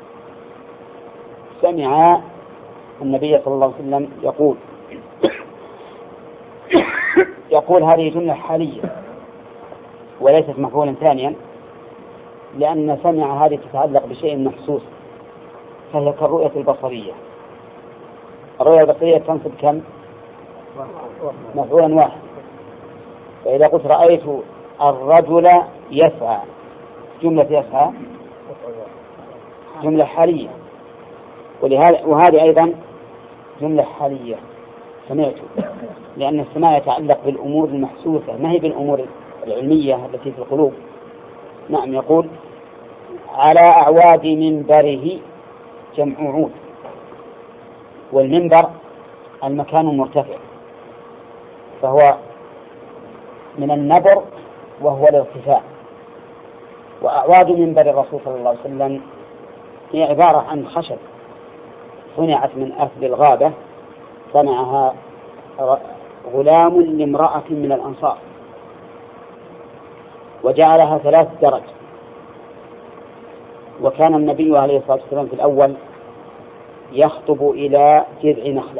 سمع النبي صلى الله عليه وسلم يقول هذه جملة حالية وليست مفعولا ثانيا، لأن سمع هذه تتعلق بشيء محسوس، فهي كالرؤية البصرية. الرؤية البصرية تنصب كم؟ مفعولا واحد. فإذا قلت رأيت الرجل يسعى، جملة يسعى جملة حالية، وهذه أيضا جملة حالية سمعت، لأن السماع يتعلق بالأمور المحسوسة ما هي بالأمور العلمية التي في القلوب. نعم، يقول على أعواد منبره، جمع عود، والمنبر المكان المرتفع، فهو من النبر وهو الارتفاع. وأعواد منبر الرسول صلى الله عليه وسلم هي عبارة عن خشب صنعت من أثل الغابة، صنعها غلام لامرأة من الأنصار، وجعلها 3 درج. وكان النبي عليه الصلاة والسلام في الأول يخطب إلى جذع نخلة،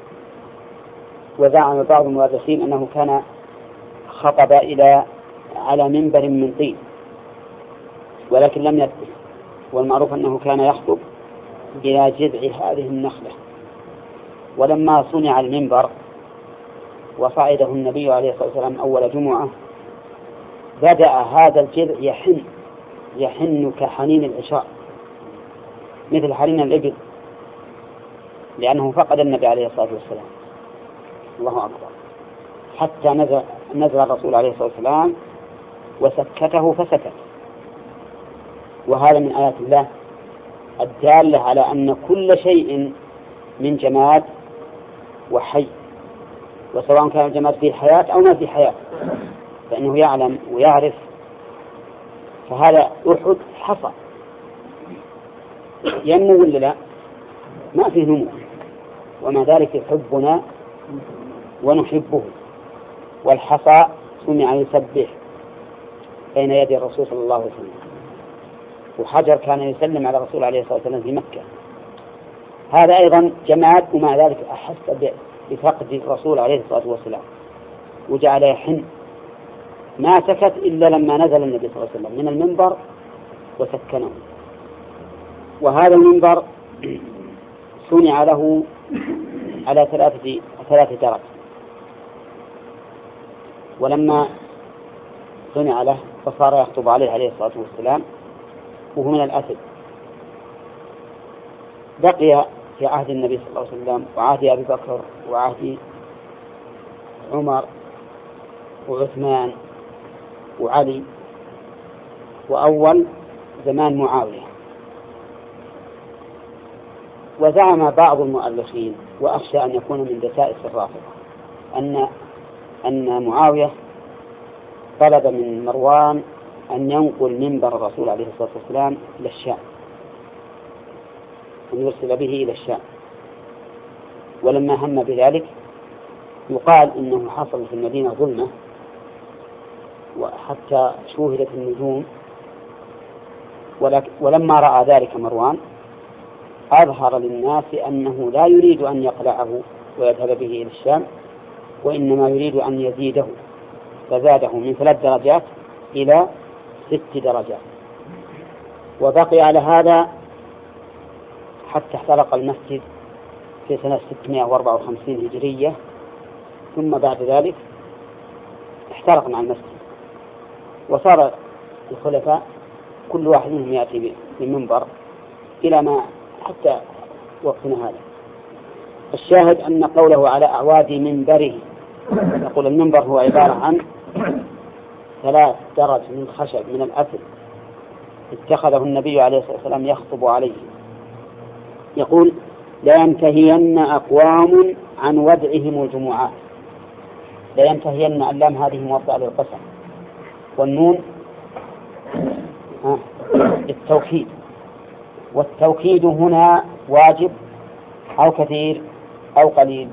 وزعم بعض المؤرخين أنه كان خطب على منبر من طين، ولكن لم يثبت، والمعروف أنه كان يخطب إلى جذع هذه النخلة. ولما صنع المنبر وصعده النبي عليه الصلاة والسلام أول جمعة، بدأ هذا الجذع يحن كحنين العشاء، مثل حنين الإبل، لأنه فقد النبي عليه الصلاة والسلام. الله أكبر، حتى نزل الرسول عليه الصلاة والسلام وسكته فسكت. وهذا من آيات الله الدالة على أن كل شيء من جماد وحي، وسواء كان الجماد فيه حياة أو ما فيه حياة، فإنه يعلم ويعرف. فهذا أحد حصى ينمو ولا لا؟ ما فيه نمو، ومع ذلك يحبنا ونحبه. والحصى سمع يسبح بين يدي الرسول صلى الله عليه وسلم، وحجر كان يسلم على الرسول عليه الصلاة والسلام في مكة. هذا أيضا جماد، ومع ذلك أحس بفقد الرسول عليه الصلاة والسلام وجعل يحن. ما سكت إلا لما نزل النبي صلى الله عليه وسلم من المنبر وسكنه. وهذا المنبر صنع له على 3 درج، ولما صنع له فصار يخطب عليه الصلاة والسلام وهو من الأسد. بقي في عهد النبي صلى الله عليه وسلم وعهد أبي بكر وعهد عمر وعثمان وعلي وأول زمان معاوية. وزعم بعض المؤرخين، وأخشى أن يكون من دسائس الرافضة، أن معاوية طلب من مروان أن ينقل منبر الرسول عليه الصلاة والسلام إلى الشام، أن يرسل به إلى الشام. ولما هم بذلك يقال إنه حصل في المدينة ظلمة، وحتى شوهدت النجوم. ولما رأى ذلك مروان أظهر للناس أنه لا يريد أن يقلعه ويذهب به إلى الشام، وإنما يريد أن يزيده، فزاده من 3 درجات إلى 6 درجات. وبقي على هذا حتى احترق المسجد في سنة 654 هجرية، ثم بعد ذلك احترق مع المسجد. وصار الخلفاء كل واحد منهم يأتي بمنبر إلى ما حتى وقتنا هذا. الشاهد أن قوله على أعواد منبره، يقول المنبر هو عبارة عن 3 درج من خشب من الأثل اتخذه النبي عليه الصلاة والسلام يخطب عليه. يقول لا ينتهين أقوام عن ودعهم الجمعات. لا ينتهين، اللام هذه موضع للقسم، والنون التوكيد. والتوكيد هنا واجب أو كثير أو قليل؟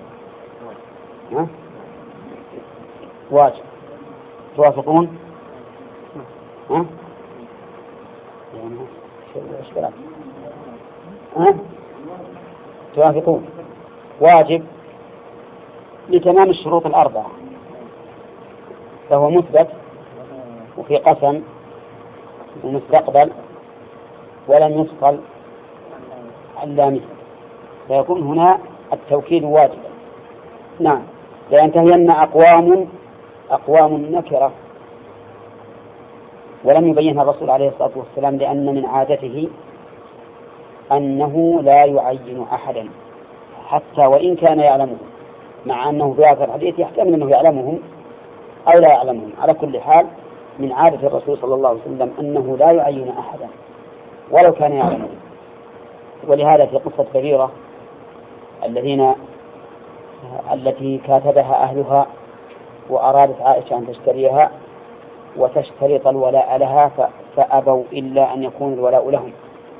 واجب. توافقون؟ توافقون؟ واجب لتمام الشروط 4، فهو مثبت وفي قسم ومستقبل ولم يثقل علامه، فيكون هنا التوكيد واجبا. نعم. لينتهين أقوام نكرة، ولم يبينها الرسول عليه الصلاة والسلام، لأن من عادته أنه لا يعين أحدا حتى وإن كان يعلمه، مع أنه في هذا الحديث يحتمل أنه يعلمهم أو لا يعلمهم. على كل حال من عادة الرسول صلى الله عليه وسلم أنه لا يعين أحدا ولو كان يعلمه. ولهذا في قصة بريرة التي كاتبها أهلها وأرادت عائشة أن تشتريها وتشترط الولاء لها فأبوا إلا أن يكون الولاء لهم،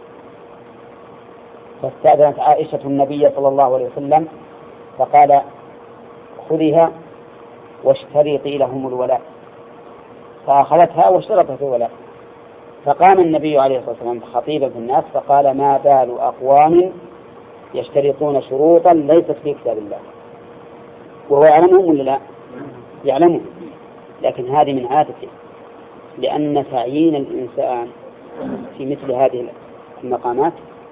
فاستأذنت عائشة النبي صلى الله عليه وسلم فقال خذيها واشترطي لهم الولاء، فأخذتها واشترطت الولاء. فقام النبي عليه الصلاة والسلام خطيبا في الناس فقال ما بال أقوام يشترطون شروطا ليست في كتاب الله، وهو يعلمهم ولا لا؟ يعلمهم، لكن هذه من عادته، لأن تعيين الإنسان في مثل هذه المقامات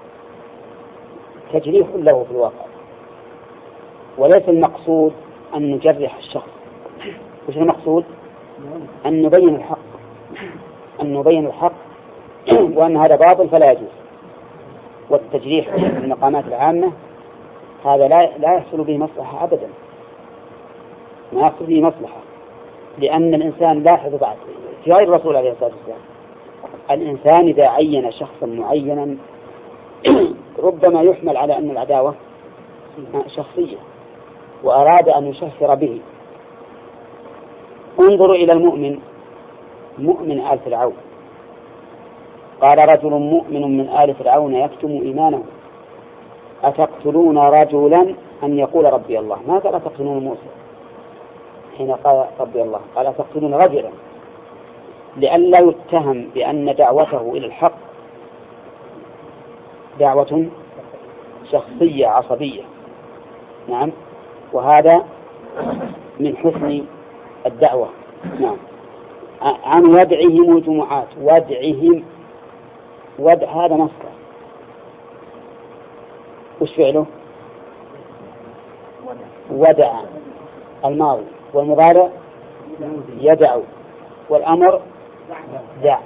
تجريح له في الواقع، وليس المقصود أن نجرح الشخص. وش المقصود؟ أن نبين الحق وأن هذا باطل فلا يجوز. والتجريح في المقامات العامة هذا لا يحصل به مصلحة أبدا، ما يحصل به مصلحة، لأن الإنسان لاحظ بعد في غير الرسول عليه الصلاة والسلام الإنسان إذا عين شخصا معينا ربما يحمل على أن العداوة شخصية وأراد أن يشهر به. انظروا إلى مؤمن آل فرعون، قال رجل مؤمن من آل فرعون يكتم إيمانه أتقتلون رجلا أن يقول ربي الله، ما قال أتقتلون موسى حين قال ربي الله، قال أتقتلون رجلا، لئلا يتهم بأن دعوته إلى الحق دعوة شخصية عصبية. نعم، وهذا من حسن الدعوة. نعم. عن ودعهم الجمعات، ودعهم، ودع هذا مصدر، وش فعله؟ ودع الماضي، والمضارع يدع، والأمر دع.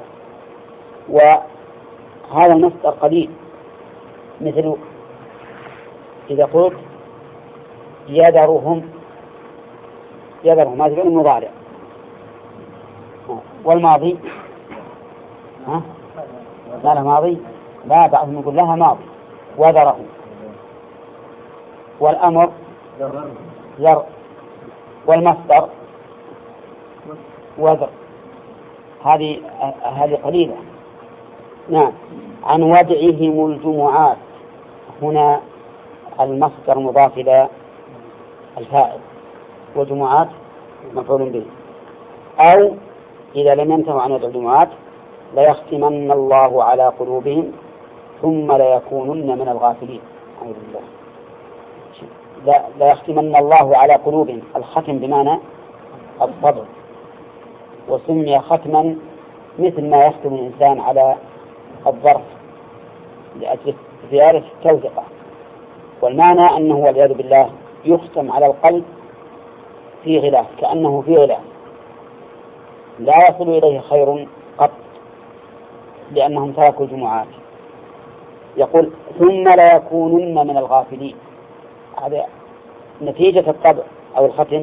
وهذا المصدر قليل، مثل إذا قلت يذرهم هذا فعل مضارع، والماضي لا ماضي، لا بعضهم يقول لها ماضي وذرهم، والأمر ذر، والمصدر وذر. هذه قليلة. نعم. عن ودعهم الجمعات، هنا المصدر مضاف إلى الفاعل والجمعات مفعول به. أو إذا لم ينتهوا عن ودع الجمعات ليختمن الله على قلوبهم ثم ليكونن من الغافلين. أعوذ بالله. لا يختمن الله على قلوبهم، الختم بمعنى الصبر، وسمي ختما مثل ما يختم الإنسان على الظرف لأجل زيادة التوثقة، والمعنى أنه والعياذ بالله يختم على القلب في غلاف، كأنه في غلاف لا يصل إليه خير قط لأنهم تركوا الجمعات. يقول ثم لا يكونن من الغافلين، هذا نتيجة الطبع أو الختم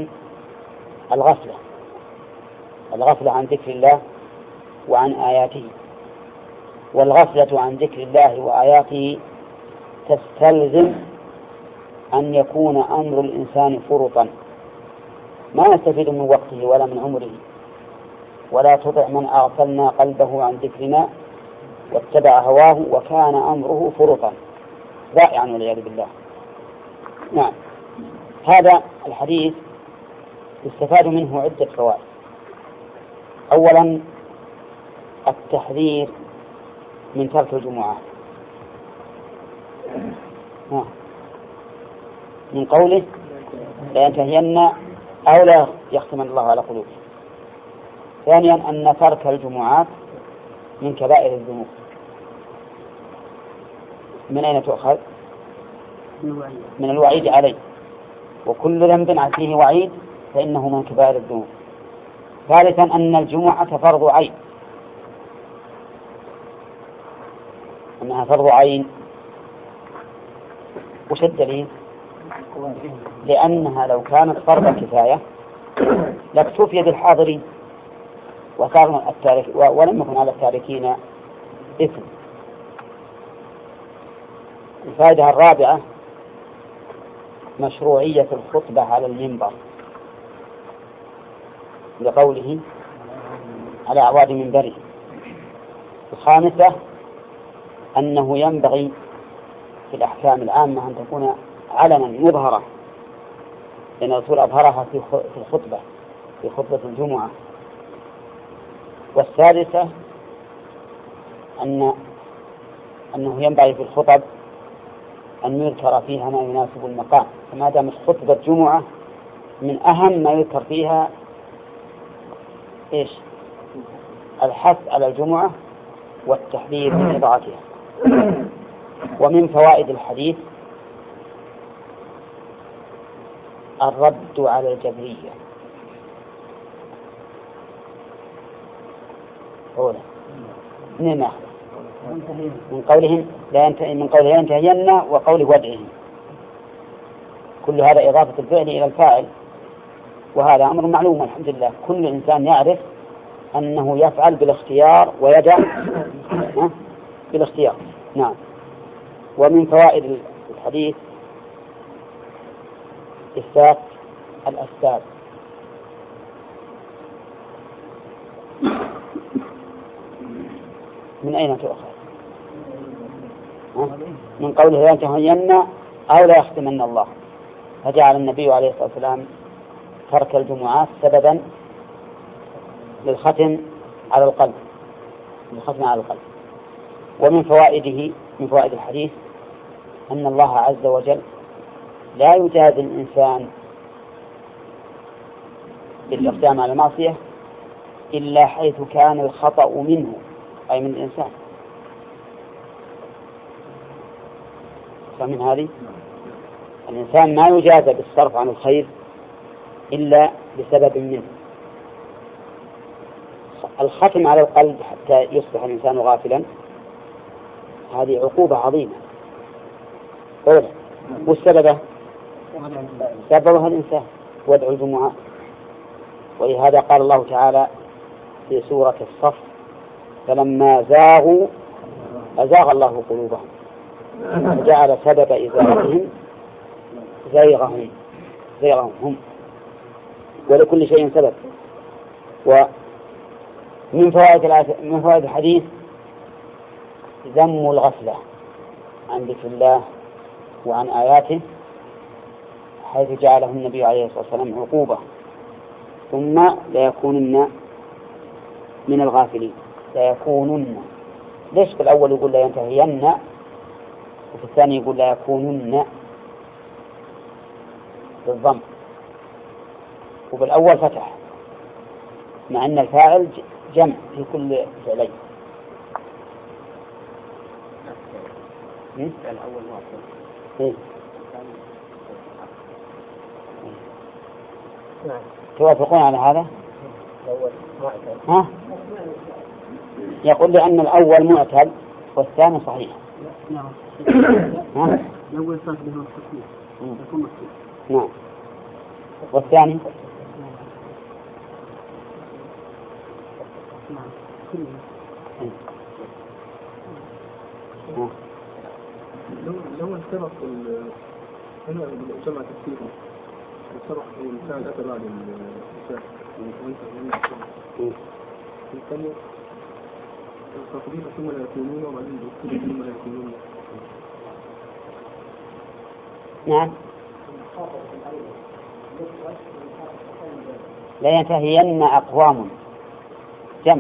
الغفلة عن ذكر الله وعن آياته. والغفلة عن ذكر الله وآياته تستلزم أن يكون أمر الإنسان فرطا، ما يستفيد من وقته ولا من عمره. ولا تطع من أغفلنا قلبه عن ذكرنا واتبع هواه وكان أمره فرطا، ضائعا والعياذ بالله. نعم. هذا الحديث يستفاد منه عدة فوائد. أولا التحذير من ترك الجمعات من قوله لا ينتهين أو لا يختم الله على قلوبهم. ثانيا أن ترك الجمعات من كبائر الذنوب. من أين تؤخذ؟ من الوعيد عليه، وكل ذنب فيه وعيد فإنه من كبائر الذنوب. ثالثا أن الجمعة فرض عين، أنها فرض عين وش الدليل؟ لأنها لو كانت فرض كفاية لاكتفي بالحاضرين وكان ولم يكن على التاركين إثم. الفائدة الرابعة مشروعية الخطبة على المنبر لقوله على أعواد منبره. الخامسة أنه ينبغي في الأحكام العامة أن تكون علنا مظهرة، لأن الرسول أظهرها في الخطبة في خطبة الجمعة. والسادسة أنه ينبغي في الخطب أن يذكر فيها ما يناسب المقام، فما دامت خطبة جمعة من أهم ما يذكر فيها إيش؟ الحث على الجمعة والتحذير من إضاعتها. ومن فوائد الحديث الرد على الجبرية. أولا نعم من قولهم لا ينتهين وقول ودعهم، كل هذا إضافة الفعل إلى الفاعل، وهذا أمر معلوم الحمد لله. كل إنسان يعرف أنه يفعل بالاختيار ويدع بالاختيار. نعم. ومن فوائد الحديث إثبات الأسباب. من أين تؤخذ؟ من قوله لا ينتهين أو لا يختمن الله، فجعل النبي عليه الصلاة والسلام ترك الجمعات سببا للختم على القلب، ومن فوائده من فوائد الحديث أن الله عز وجل لا يجازي الإنسان بالإقدام على المعصية إلا حيث كان الخطأ منه، أي من الإنسان. فمن هذه الإنسان ما يجازى بالصرف عن الخير إلا بسبب منه. الختم على القلب حتى يصبح الإنسان غافلا هذه عقوبة عظيمة. أولا والسبب سببها الإنسان وادعو الجمعة. ولهذا قال الله تعالى في سورة الصف فلما زاغوا أزاغ الله قلوبهم وجعل سبب إزاغتهم زيغهم هم، ولكل شيء سبب. ومن فوائد الحديث ذم الغفلة عن ذكر الله وعن آياته، حيث جعله النبي عليه الصلاة والسلام عقوبة. ثم لا يكونن من الغافلين، لا يكونن. ليش في الأول يقول لا ينتهين وفي الثاني يقول لا يكونن بالضم، وبالأول فتح مع أن الفاعل جمع في كل فعلين. الأول إيه؟ توافقون على هذا؟ ها؟ يقول لأن الأول معتل والثاني صحيح. نعم. ها؟ الأول صحيح به التصحيح يكون مكتوب. نعم. والثاني؟ نعم. لو انشرح هنا بالجمع تفسيره انشرح الإنسان أتى بعد الإنسان الثاني التطبيق ثم لا يكونون وبعدين الدكتور ثم لا يكونون. نعم. لا ينتهين أقوام جمع.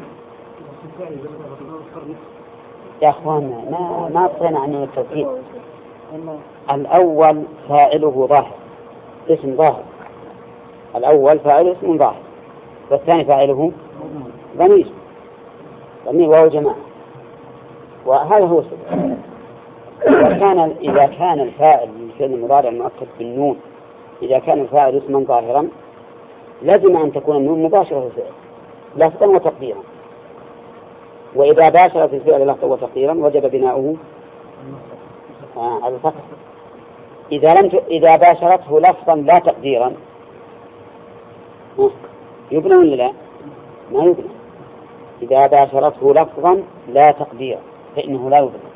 يا أخوان ما أطلنا عن التوكيد. الأول فاعله ظاهر اسم ظاهر، الأول فاعله اسم ظاهر، والثاني فاعله ضمير وهو جماعة، وهذا هو السبب. إذا كان الفاعل من فعل المضارع المؤكد بالنون، إذا كان الفاعل اسما ظاهرا لازم أن تكون النون مباشرة الفعل لفظا وتقديرا، وإذا باشرت الفعل لفظا وتقديرا وجب بناؤه على الفتح إذا باشرته لفظا لا تقديرا يبنى ولا لا؟ ما يبنى. إذا باشرته لفظا لا تقديرا فإنه لا يبنى.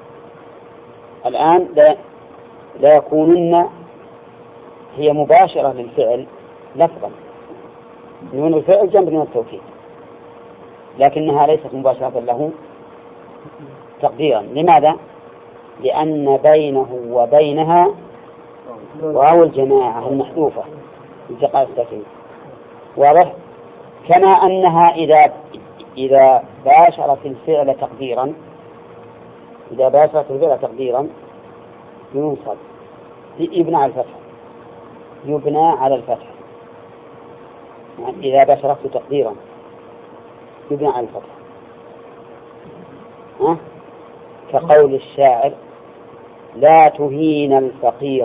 الآن لا يكونن هي مباشرة للفعل لفظا، نون الفعل جنب نون التوكيد، لكنها ليست مباشرة له تقديرا. لماذا؟ لأن بينه وبينها واو الجماعة المحذوفة التقاء الساكنين. واضح؟ كما أنها إذا باشرت الفعل تقديرا، إذا باشرت الفعل تقديرا ينصب يبنى على الفتح، يبنى على الفتح. يعني إذا باشرته تقديرا يبنى على الفتح. كقول الشاعر: لا تهين الفقير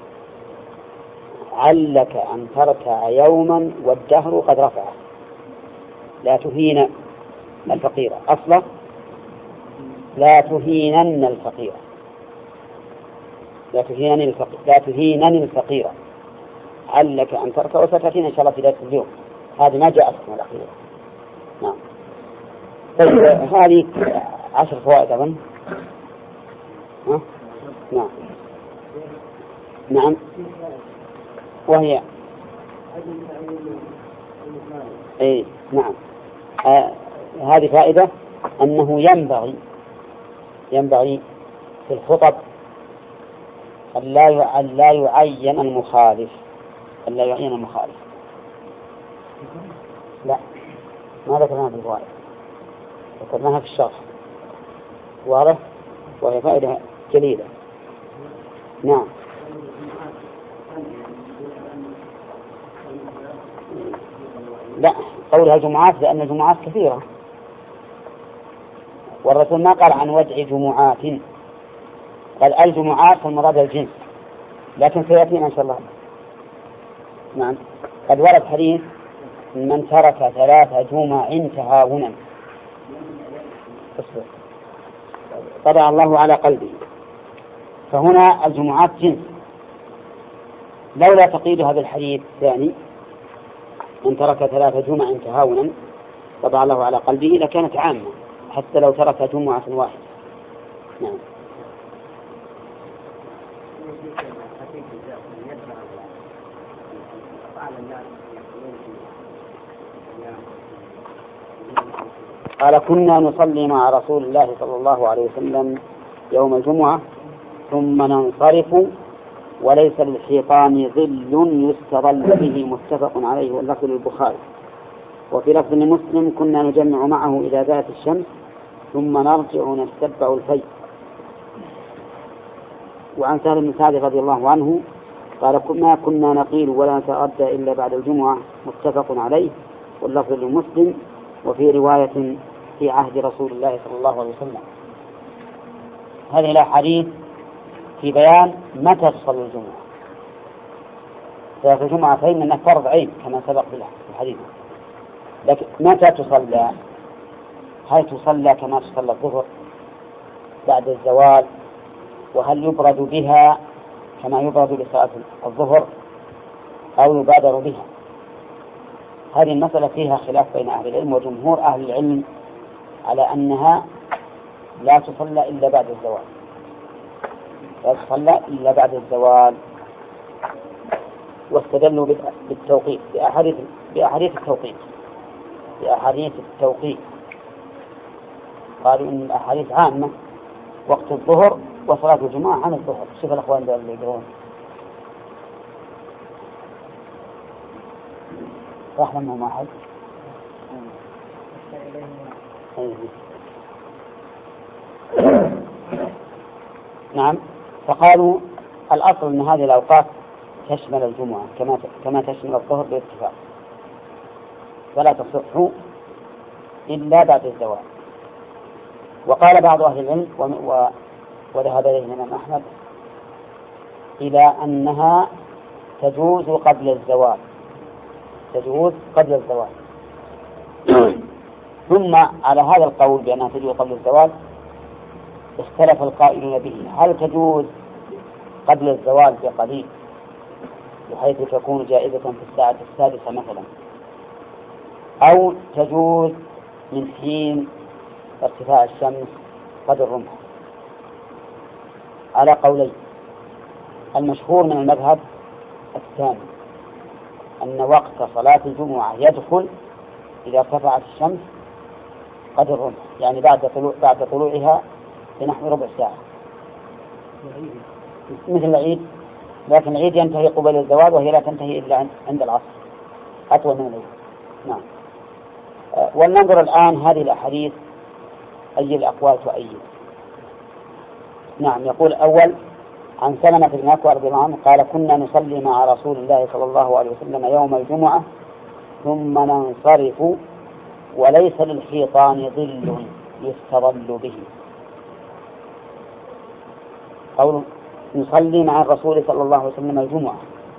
علك أن تركع يوما والدهر قد رفعه. لا تهين الفقير، أصلا لا تهينن الفقير، لا تهينن الفقير علك أن تركع، وستأتينا إن شاء الله في ذلك اليوم. هذه ما جاءت من الأخيرة. نعم. طيب هذه 10 فوائد أظن. نعم نعم. وهي أي نعم. هذه فائدة أنه ينبغي في الخطب أن لا يعين المخالف، أن لا يعين المخالف. لا، ما ذكرناها في الفوائد، ذكرناها في الشرح. واضح؟ وهي فائدة جليلة. نعم. لا، قولها جمعات لأن الجمعات كثيرة، والرسول ما قال عن وجع جمعات، قال الجمعات فالمراد الجنس، لكن سيأتينا إن شاء الله. نعم. قد ورد حديث: من ترك 3 جمع تهاونا طبع الله على قلبه. فهنا الجمعات جنس، لولا تقييد هذا الحديث الثاني: من ترك 3 جمع تهاونا طبع الله على قلبه، لكانت عامة حتى لو ترك جمعة واحدة. نعم. قال: كنا نصلي مع رسول الله صلى الله عليه وسلم يوم الجمعة ثم ننصرف وليس للشيطان ظل يستظل به، متفق عليه واللفظ للبخاري. وفي لفظ لمسلم: كنا نجمع معه إلى ذات الشمس ثم نرجع نتبع الفيء. وعن سهل بن سعد رضي الله عنه قال: ما كنا نقيل ولا نتغدى إلا بعد الجمعة، متفق عليه واللفظ لمسلم. وفي رواية: في عهد رسول الله صلى الله عليه وسلم. هذه الأحاديث في بيان متى تصلي الجمعة. صلاة الجمعة فإن أنها فرض عين كما سبق في الحديث، لكن متى تصلى؟ هل تصلى كما تصلى الظهر بعد الزوال؟ وهل يبرد بها كما يبرد بصلاة الظهر أو يبادر بها؟ هذه المسألة فيها خلاف بين أهل العلم، وجمهور أهل العلم على أنها لا تصلى إلا بعد الزوال، لا تصلى إلا بعد الزوال. واستدلوا بالتوقيت بأحاديث التوقيت. قالوا إن الأحاديث عامة وقت الظهر وصلاة الجمعة عن الظهر. شوف الأخوان اللي يقولون راح لهم واحد. نعم. فقالوا الأصل أن هذه الأوقات تشمل الجمعة كما تشمل الظهر باتفاق، فلا تصح إلا بعد الزوال. وقال بعض أهل العلم وذهب إليه الإمام أحمد إلى أنها تجوز قبل الزوال، ثم على هذا القول بأنها تجوز قبل الزوال اختلف القائلون به: هل تجوز قبل الزوال بقليل بحيث تكون جائزة في الساعة السادسة مثلا، أو تجوز من حين ارتفاع الشمس قدر الرمح، على قولين. المشهور من المذهب الثاني أن وقت صلاة الجمعة يدخل إذا ارتفعت الشمس قدر الرمح، يعني بعد طلوعها بنحو ربع ساعة مثل العيد، لكن العيد ينتهي قبل الزوال وهي لا تنتهي إلا عند العصر، أطول من العيد. نعم. ولننظر الآن هذه الأحاديث أي الأقوال تؤيد. نعم. يقول أول عن سلمة بن أكوع رضي الله عنه قال كنا نصلي مع رسول الله صلى الله عليه وسلم يوم الجمعة ثم ننصرف وليس للحيطان ظل يستظل به. قول نصلي مع الرسول صلى الله عليه وسلم الجمعة،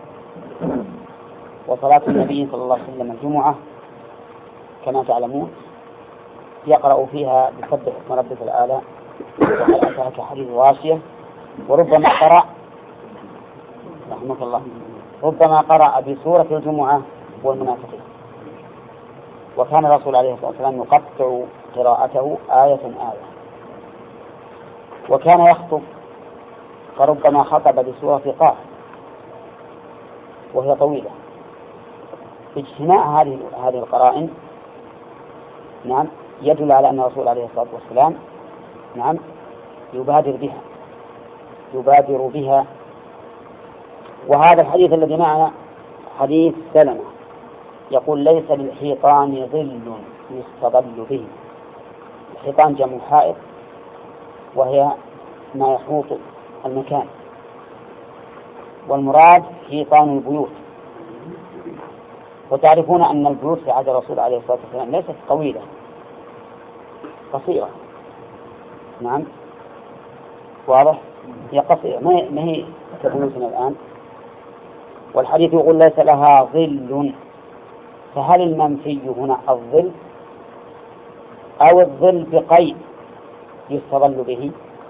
وصلاة النبي صلى الله عليه وسلم الجمعة كما تعلمون يقرأ فيها بسبح اسم ربك الأعلى وهل أتاك حديث غاشية، وربما قرأ رحمك الله ربما قرأ بسورة الجمعة والمنافقين. وكان الرسول عليه الصلاة والسلام يقطع قراءته آية آية، وكان يخطب فربما خطب بسورة قاف وهي طويلة. اجتماع هذه القرائن نعم يدل على أن الرسول عليه الصلاة والسلام نعم يبادر بها. وهذا الحديث الذي معنا حديث سلمة يقول ليس للحيطان ظل يستظل به. الحيطان جمع حائط وهي ما يحوط المكان، والمراد حيطان البيوت. وتعرفون أن البيوت في عهد الرسول عليه الصلاة والسلام ليست طويلة، قصيرة. نعم واضح، هي قصيرة ما هي كبيوتنا الآن. والحديث يقول ليس لها ظل، فهل المنفي هنا الظل أو الظل بقيد يستظل به؟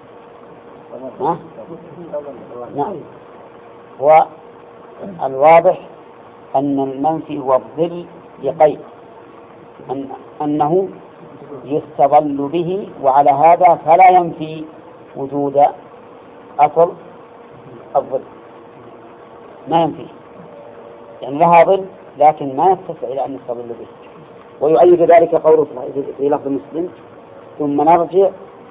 نعم. والواضح أن المنفي هو الظل بقيد أنه يستظل به، وعلى هذا فلا ينفي وجود أصل الظل، ما ينفي، يعني لها ظل لكن ما يتسع إلى أن يستظل به. ويؤيد ذلك قوله في لفظ مسلم ثم نرجع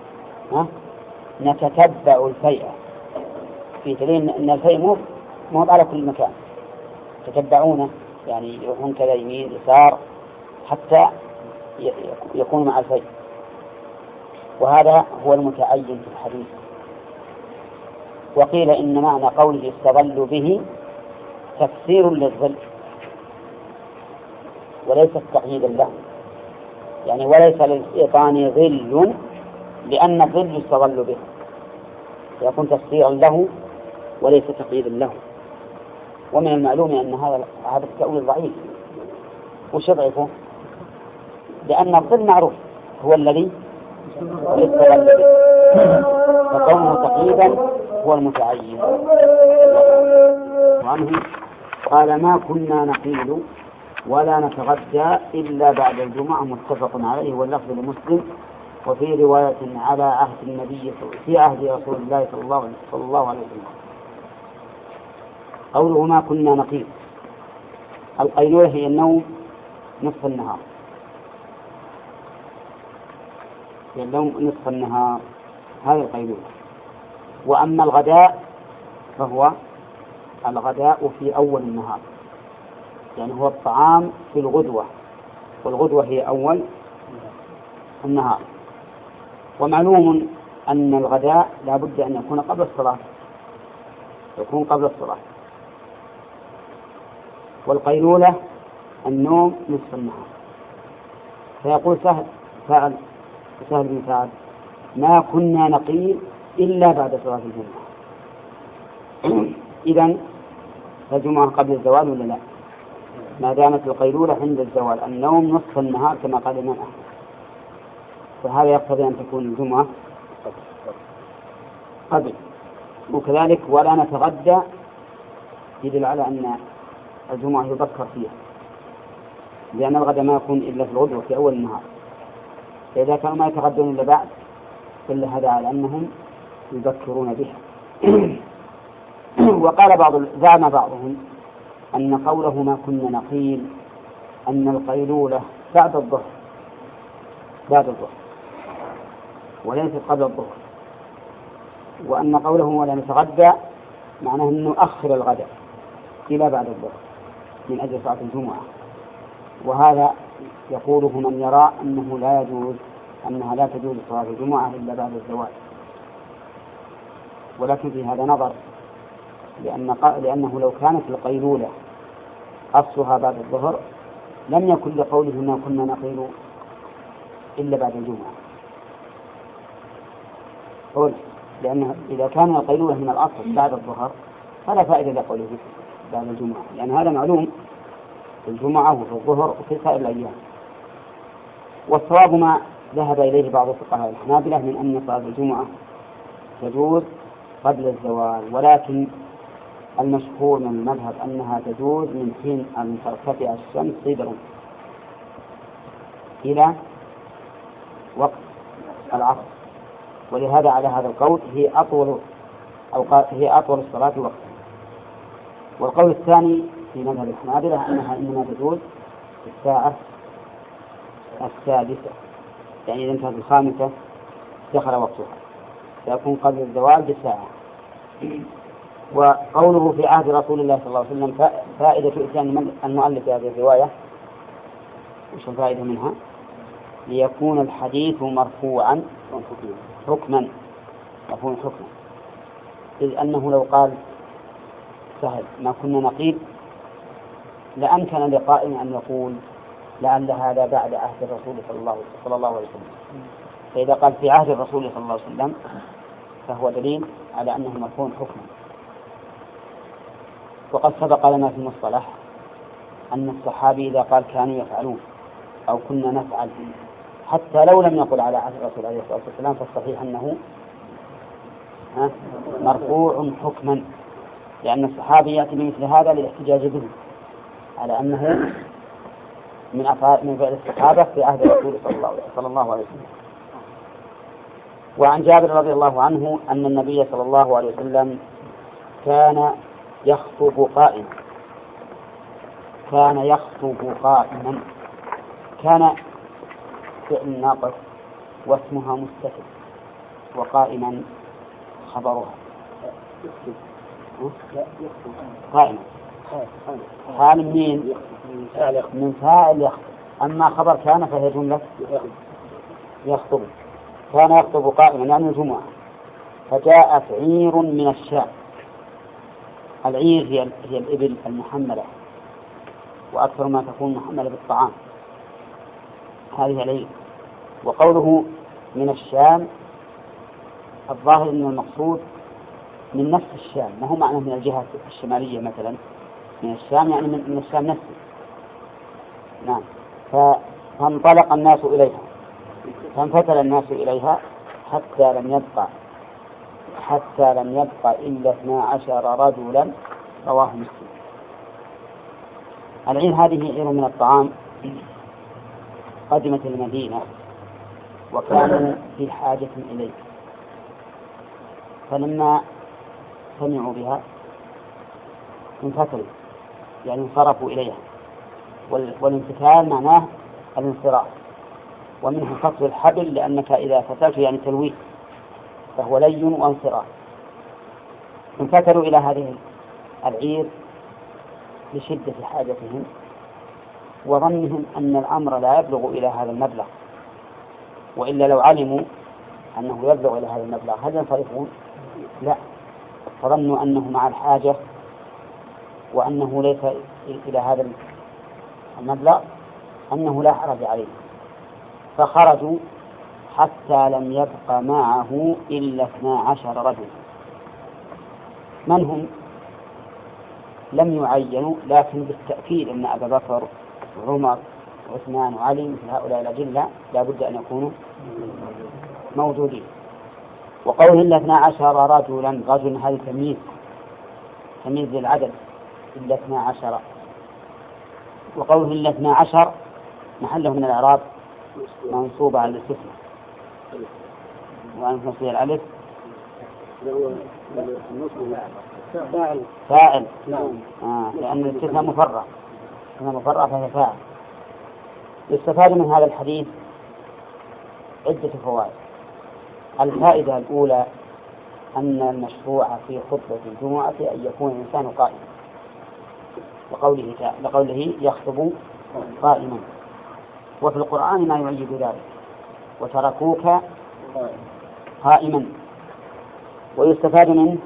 نتتبع الفيء، في دليل أن الفيء مو على كل مكان، تتبعونه يعني يروحون كذا يمين يسار حتى يكون مع الفيء، وهذا هو المتعين في الحديث. وقيل إن معنى قوله يستظل به تفسير للظل وليس تقييدا له، يعني وليس للحيطان ظل لأن الظل يستظل به، يكون تفسيرا له وليس تقييدا له. ومن المعلوم أن هذا التأويل ضعيف. وش ضعفه؟ لأن الظل معروف هو الذي يستظل به، فكونه تقييدا هو المتعين. وعنه قال ما كنا نقيل ولا نتغدى إلا بعد الجمعة، متفق عليه واللفظ لمسلم. وفي رواية على عهد النبي في عهد رسول الله صلى الله عليه وسلم. قوله ما كنا نقيل، القيلولة هي النوم نصف النهار، هي النوم نصف النهار، هذا القيلولة. وأما الغداء فهو الغداء في أول النهار، يعني هو الطعام في الغدوة، والغدوة هي أول النهار. ومعلوم أن الغداء لا بد أن يكون قبل الصلاة، يكون قبل الصلاة. والقيلولة النوم نصف النهار. فيقول سهل بن سعد ما كنا نقيل إلا بعد صلاة الجمعة. إذن الجمعة قبل الزوال ولا لا؟ ما دامت القيلولة عند الزوال، النوم نصف النهار كما قال الإمام أحمد، فهذا يقتضي أن تكون الجمعة قبل. وكذلك ولا نتغدى يدل على أن الجمعة يبكر فيها، لأن الغد ما يكون إلا في الغدوة في أول النهار، فإذا كانوا ما يتغدون إلا بعد كل هذا على أنهم يبكرون بها. وقال زعم بعضهم أن قوله ما كنا نقيل أن القيلولة بعد الظهر وليست قبل الظهر، وأن قوله ولا نتغدى معناه أنه نؤخر الغداء إلى بعد الظهر من أجل صلاة الجمعة، وهذا يقوله من يرى أنه لا يجوز أنها لا تجوز صلاة الجمعة إلا بعد الزوال. ولكن في هذا نظر، لأنه لو كانت القيلولة أصلها بعد الظهر لم يكن لقوله ما كنا نقيل إلا بعد الجمعة، لأن إذا كان القيلولة من الأصل بعد الظهر فلا فائدة لقوله بعد الجمعة، لأن هذا معلوم في الجمعة وفي الظهر وفي سائر الأيام. والصواب ما ذهب إليه بعض فقهاء الحنابلة من أن صلاة الجمعة تجوز قبل الزوال، ولكن المشهور من المذهب أنها تجوز من حين أن ترتفع الشمس صدرا إلى وقت العصر، ولهذا على هذا القول هي أطول الصلاة وقتا. والقول الثاني في مذهب الحنابلة أنها إنما تجوز في الساعة السادسة، يعني إذا انتهت الخامسة دخل وقتها، فيكون قبل الزوال بساعة. وقوله في عهد رسول الله صلى الله عليه وسلم فائدة إتيان المؤلف في هذه الرواية، وش الفائدة منها؟ ليكون الحديث مرفوعا حكما، إذ أنه لو قال سهل ما كنا نقيل لأمكن لقائل أن يقول لعل هذا بعد عهد الرسول صلى الله عليه وسلم، فإذا قال في عهد الرسول صلى الله عليه وسلم فهو دليل على أنه مرفوع حكما. وقد سبق لنا في المصطلح أن الصحابي إذا قال كانوا يفعلون أو كنا نفعل حتى لو لم يقل على عهد الرسول عليه الصلاة والسلام فالصحيح أنه مرفوع حكما، لأن الصحابي يأتي بمثل هذا للاحتجاج به على أنه من فعل الصحابة في عهد الرسول صلى الله عليه وسلم. وعن جابر رضي الله عنه أن النبي صلى الله عليه وسلم كان يخطب قائما، كان فعل ناقص واسمها مستتر، وقائما خبرها قائما حال من فاعل يخطب، أما خبر كان فهي جملة يخطب. كان يخطب قائما يعني الجمعة، فجاءت عير من الشام. العير هي الإبل المحملة، وأكثر ما تكون محملة بالطعام، هذه العير. وقوله من الشام الظاهر أنه المقصود من نفس الشام، ما هو معنى من الجهة الشمالية مثلا، من الشام يعني من الشام نفسه. نعم. فانطلق الناس إليها، فانفتل الناس إليها حتى لم يبقى إلا 12 رجلا، رواه مسلم. العير هذه عير من الطعام قدمت المدينة وكانوا في حاجة إليه، فلما سمعوا بها انفتلوا يعني انصرفوا إليها، والانفتال معناه الانصراف، ومنه فصل الحبل، لأنك إذا فتلت يعني تلويه، فهو لي وانصراف. انفتلوا إلى هذه العير لشدة حاجتهم وظنهم أن الأمر لا يبلغ إلى هذا المبلغ، وإلا لو علموا أنه يبلغ إلى هذا المبلغ هل ينصرفون؟ لا، فظنوا أنه مع الحاجة وأنه ليس إلى هذا المبلغ أنه لا حرج عليه، فخرجوا حتى لم يبق معه إلا 12 رجل. من هم؟ لم يعينوا، لكن بالتأكيد أن أبا بكر وعمر وعثمان وعلي مثل هؤلاء الأجلة لا بد أن يكونوا موجودين. وقوله إلا 12 رجلا، رجل هذا تمييز للعدد، إلا 12. وقوله إلا 12 محله من الإعراب منصوب على الاستثناء، وأن تصير الألف فاعل. لأن الاستثناء مفرع فهي فاعل. يستفاد من هذا الحديث عدة فوائد. الفائدة الأولى أن المشروع في خطبة الجمعة أن يكون الإنسان قائما، لقوله يخطب قائما، وفي القرآن ما يؤيد ذلك، وتركوك قائما. ويستفاد منه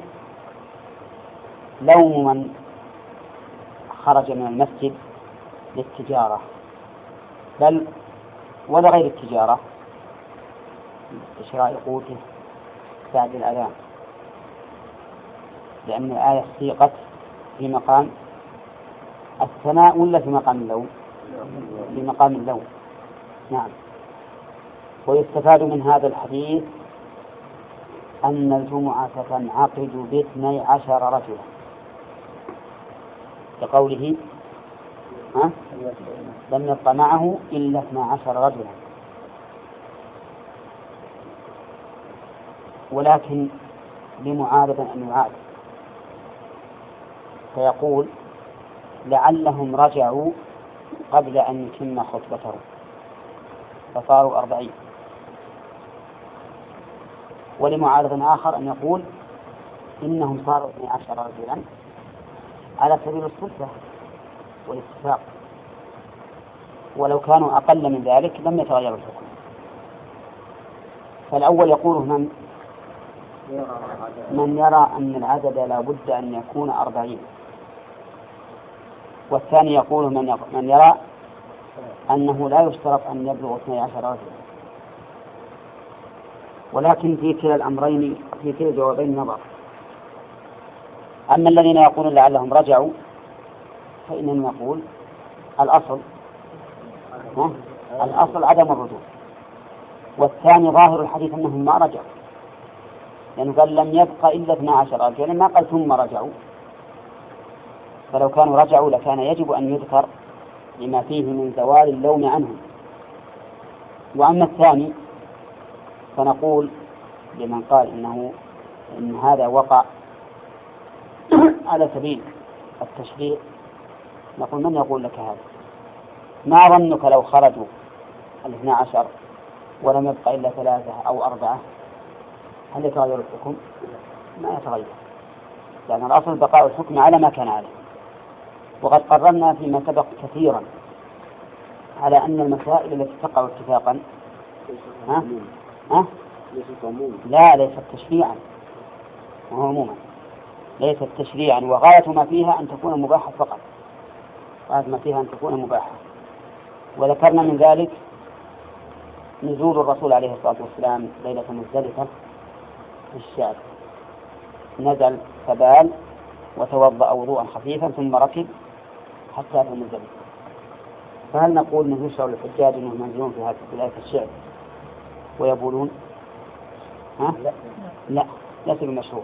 لوم من خرج من المسجد للتجارة، بل ولا غير التجارة، لشراء قوته بعد الأذان، لأن الآية سيقت في مقام الثناء ولا في مقام اللوم؟ في مقام اللوم. نعم. ويستفاد من هذا الحديث أن الجمعة تنعقد ب12 رجلا، لقوله لم يبق معه إلا 12 رجلا. ولكن لمعارض أن يعاد فيقول لعلهم رجعوا قبل أن يتم خطبته فصاروا 40. ولمعارض آخر أن يقول إنهم صاروا 12 رجلا على سبيل الصدفة والاتفاق، ولو كانوا أقل من ذلك لم يتغير الحكم. فالأول يقوله من يرى أن العدد لا بد أن يكون 40، والثاني يقول من يرى أنه لا يشترط أن يبلغ 12 رجلا. ولكن في كلا الأمرين، في كلا الجوابين نظر. أما الذين يقولون لعلهم رجعوا فإنهم يقول الأصل عدم الرجوع، والثاني ظاهر الحديث أنهم ما رجعوا، لأنه قال لم يبق إلا 12 رجلا، ما قال ثم رجعوا. فلو كانوا رجعوا لكان يجب أن يذكر لما فيه من زوال اللوم عنهم. وأما الثاني فنقول لمن قال إن هذا وقع على سبيل التشريع، نقول من يقول لك هذا؟ ما ظنك لو خرجوا 12 ولم يبق إلا 3 أو 4؟ هل يتغير الحكم؟ ما يتغير، لأن الأصل بقاء الحكم على ما كان عليه. وقد قررنا فيما سبق كثيرا على أن المسائل التي تقع اتفاقا لا ليست تشريعا، عموما ليست تشريعا، وغاية ما فيها أن تكون مباحة فقط، غاية ما فيها أن تكون مباحة. وذكرنا من ذلك نزول الرسول عليه الصلاة والسلام ليلة مزدلفة في الشعب، نزل فبال وتوضأ وضوءا خفيفا ثم ركب حتى في مزدلفة. فهل نقول انه يشرع للحجاج انهم ينزلون في هذه الشعب ويبولون؟ لا، ليس بمشروع.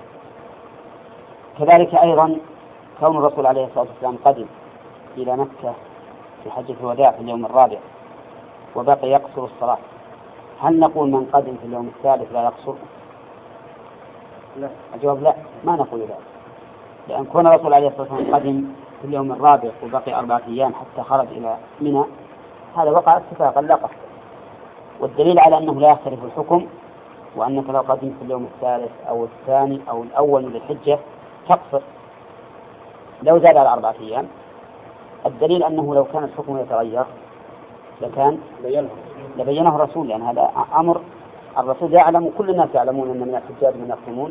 كذلك أيضا كون الرسول عليه الصلاة والسلام قدم إلى مكة في حجة الوداع في اليوم الرابع وبقي يقصر الصلاة، هل نقول من قدم في اليوم الثالث لا يقصر؟ لا. الجواب لا، ما نقول ذلك، لأن كون الرسول عليه الصلاة والسلام قدم في اليوم الرابع وبقي 4 أيام حتى خرج إلى منى، هذا وقع اتفاقا لا قصد. والدليل على أنه لا يختلف الحكم، وأنك لو قدمت في اليوم الثالث أو الثاني أو الأول من الحجة تقصر لو زاد على 4 أيام. الدليل أنه لو كان الحكم يتغير لكان لبينه الرسول، لأن هذا أمر الرسول يعلم، كل الناس يعلمون أن من الحجاج من يقدمون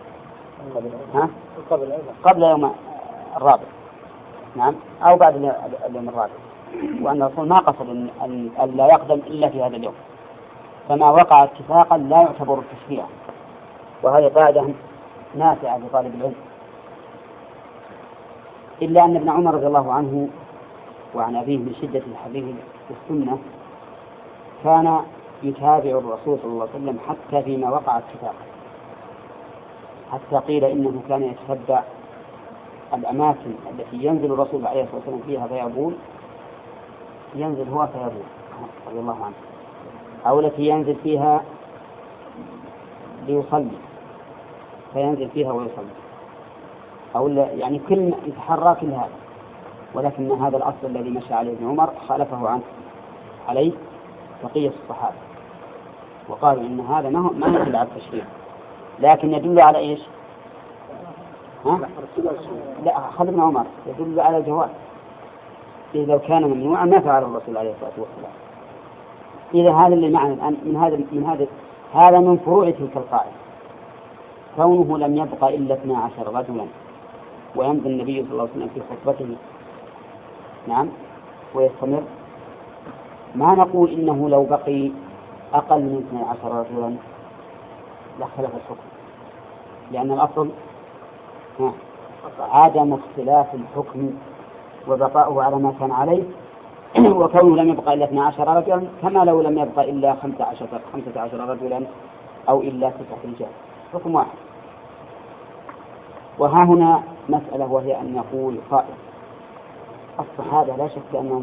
قبل يوم الرابع، نعم، أو بعد اليوم الرابع، وأن الرسول ما قصد أن لا يقدم إلا في هذا اليوم. فما وقع اتفاقا لا يعتبر التشريع، وهذه قاعدة نافعة لطالب العلم. إلا أن ابن عمر رضي الله عنه وعن أبيه من شدة الحديث في السنة كان يتابع الرسول صلى الله عليه وسلم حتى فيما وقع اتفاقا، حتى قيل إنه كان يتتبع الأماكن التي ينزل الرسول عليه الصلاة والسلام فيها فيبول، ينزل هو فيبول رضي الله عنه، أو التي ينزل فيها ليصلي فينزل فيها ويصلي، أو يعني كل يتحرى كل هذا. ولكن هذا الأصل الذي مشى عليه ابن عمر خالفه عنه عليه بقية الصحابة، وقالوا إن هذا ما يدل على التشريع، لكن يدل على إيش؟ لا، أخذ ابن عمر يدل على الجواز، إذا لو كان ممنوعا ما فعل الرسول عليه الصلاة والسلام. إذا هذا اللي معنا هذا من فروع تلك القاعدة، كونه لم يبقى إلا 12 رجلا ويمضي النبي صلى الله عليه وسلم في خطبته نعم ويستمر، ما نقول إنه لو بقي أقل من 12 رجلا لاختلف الحكم، لأن الأصل عدم اختلاف الحكم وبقاؤه على ما كان عليه، وكونه لم يبقى إلا 12 رجلا كما لو لم يبقى إلا 15 رجلا أو إلا 9 رجال، حكم واحد. وها هنا مسألة، وهي أن يقول قائل الصحابة لا شك أنهم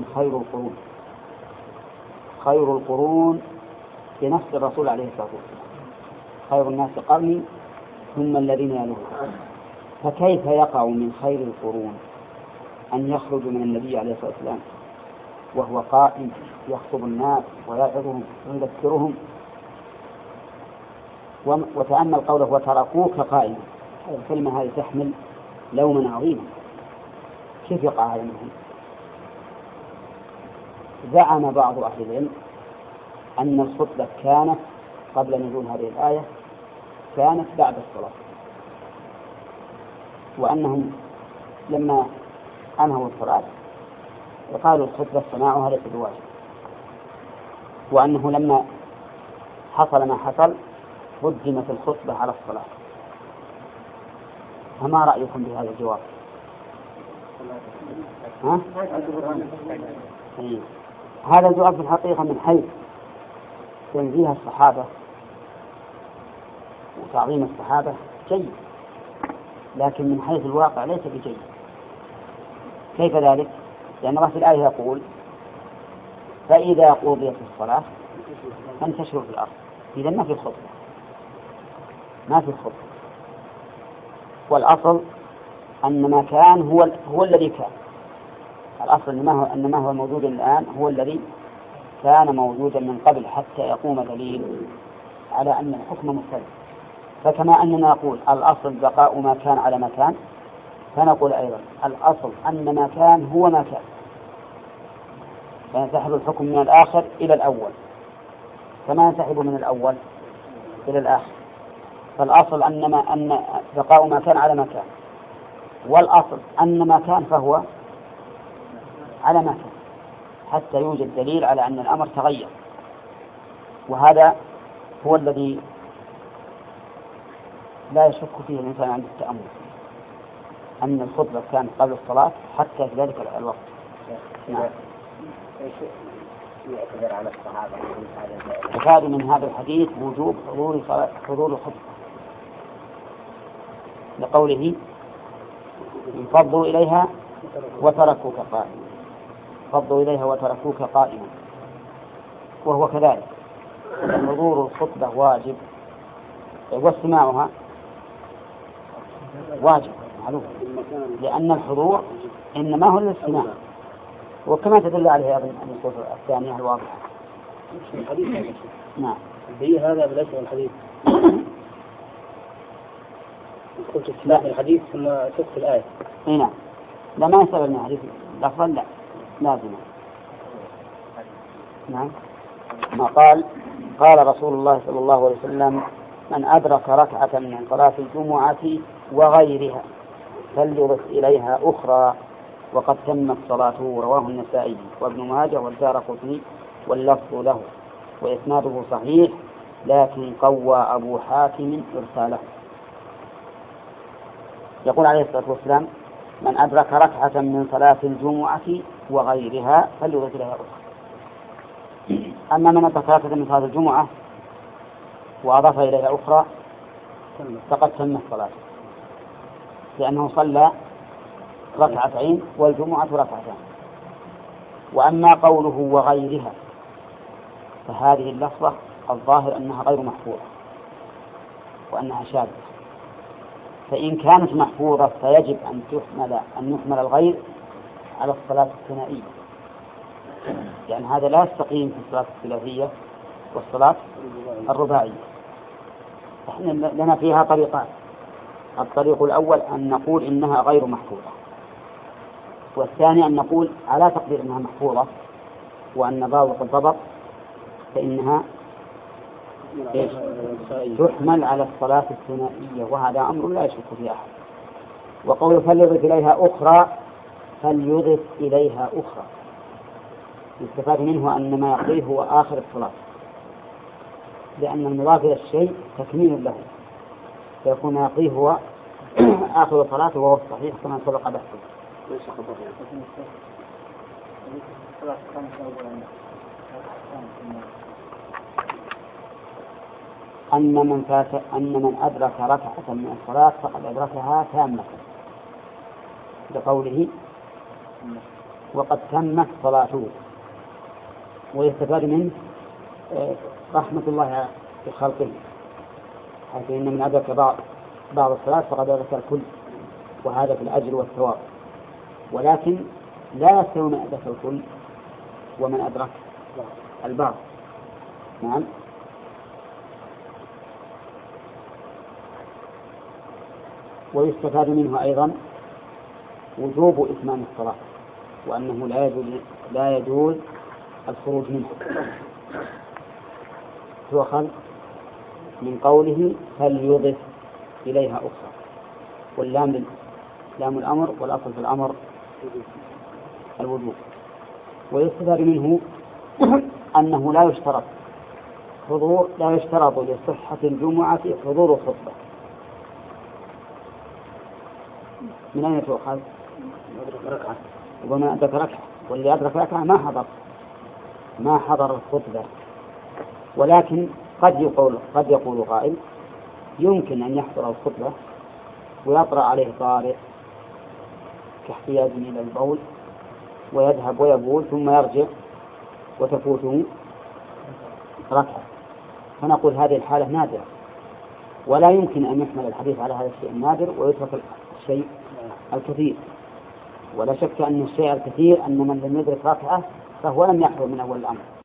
خير القرون بنفس الرسول عليه الصلاة والسلام، خير الناس قرني ثم الذين يلونهم، فكيف يقع من خير القرون أن يخرج من النبي عليه الصلاة والسلام وهو قائم يخطب الناس ويعظهم ويذكرهم؟ وتأمل قوله وتركوك قائما، الكلمة هذه تحمل لوما عظيما، كيف يقع هذا منهم؟ زعم بعض أهل العلم أن الخطبة كانت قبل نزول هذه الآية كانت بعد الصلاة، وأنهم لما أنهوا الصلاة قالوا الخطبة سماعها ليس بواجب، وأنه لما حصل ما حصل قدمت الخطبة على الصلاة. فما رأيكم بهذا الجواب؟ هذا الجواب في الحقيقة من حيث تنزيه الصحابة وتعظيم الصحابة جيد، لكن من حيث الواقع ليس بجيد. كيف ذلك؟ لأن الله في الآية يقول فإذا قضيت الصلاة فانتشروا في الأرض، إذا ما في الخطبة، والأصل أن ما كان هو الذي كان، الأصل أن ما هو موجود الآن هو الذي كان موجودا من قبل، حتى يقوم دليل على أن الحكم مختلف. فكما أننا نقول الأصل بقاء ما كان على ما كان، فنقول أيضا الأصل أن ما كان هو ما كان، فينسحب الحكم من الآخر إلى الأول كما ينسحب من الأول إلى الآخر. فالأصل أن بقاء ما كان على ما كان، والأصل أن ما كان فهو على ما كان حتى يوجد دليل على أن الأمر تغير. وهذا هو الذي لا يشك فيه الإنسان عند التأمل، أن الخطبة كانت قبل الصلاة حتى في ذلك الوقت. نعم. يعتذر عن الصحابة يفاد من هذا الحديث وجوب حضور الخطبة، لقوله انفضوا إليها وتركوك قائما، وهو كذلك حضور الخطبة واجب، واستماعها واجب معلوم، لأن الحضور إنما هو الاستماع، وكما تدل عليه أيضا النصوص الثانية الواضحة. نعم. هذا بليس من الحديث. قلت استماع الحديث ثم شفت الآية. نعم. لا ما يسأل من الحديث لفظا، لا لازم. نعم. ما قال رسول الله صلى الله عليه وسلم من أدرك ركعة من صلاة الجمعة وغيرها فليضف إليها أخرى وقد تمت صلاته، رواه النسائي وابن ماجه والدارقطني واللفظ له وإسناده صحيح، لكن قوى أبو حاتم إرساله. يقول عليه الصلاة والسلام من أدرك ركعة من صلاة الجمعة وغيرها فليضف إليها أخرى. أما من أدرك ركعة من صلاة الجمعة وأضاف إليها أخرى فقد تمت صلاته، لأنه صلى ركعتين والجمعة ركعتان. وأما قوله وغيرها فهذه اللفظة الظاهر أنها غير محفوظة وأنها شاذة، فإن كانت محفوظة فيجب أن يحمل الغير على الصلاة الثنائية، لأن هذا لا يستقيم في الصلاة الثلاثية والصلاة الرباعية. إحنا لنا فيها طريقان: الطريق الأول أن نقول إنها غير محفوظة، والثاني أن نقول على تقدير أنها محفوظة وأن ضابط الضبط فإنها تحمل على الصلاة الثنائية، وهذا أمر لا يشك فيه أحد. وقول فليضف إليها أخرى، فليضف إليها أخرى يستفاد منه أن ما يقضيه هو آخر الصلاة، لأن المضاف إلى الشيء تكميل له، فيكون ما يقضيه هو آخر صلاته، وهو الصحيح كما سبق بحثه. ليس خبر يعني. أن من أدرك ركعة من الصلاة فقد أدركها تامة، بقوله وقد تمت صلاته. ويستفاد منه رحمة الله في خلقه، حيث إن من أدرك بعض الصلاة فقد أدرك الكل، وهذا في الأجر والثواب. ولكن لا يستوي من أدرك الكل ومن أدرك البعض. نعم. ويستفاد منه أيضا وجوب إتمام الصلاة، وأنه لا يجوز الخروج منه، تؤخذ من قوله فليضف إليها أخرى، واللام لام الأمر، والأصل في الأمر الوجوب. ويستفاد منه أنه لا يشترط لصحة الجمعة حضور الخطبة. من أين تؤخذ؟ ومن أدرك ركعة، واللي أدرك ركعة ما حضر الخطبة. ولكن قد يقول قائل يمكن أن يحضر الخطبة ويطرأ عليه طارئ كاحتياج إلى البول ويذهب ويبول ثم يرجع وتفوته ركعة، فنقول هذه الحالة نادرة، ولا يمكن أن يحمل الحديث على هذا الشيء النادر ويترك الشيء الكثير. ولا شك أن الشيء الكثير أن من لم يدرك ركعة فهو لم يحضر من أول الأمر.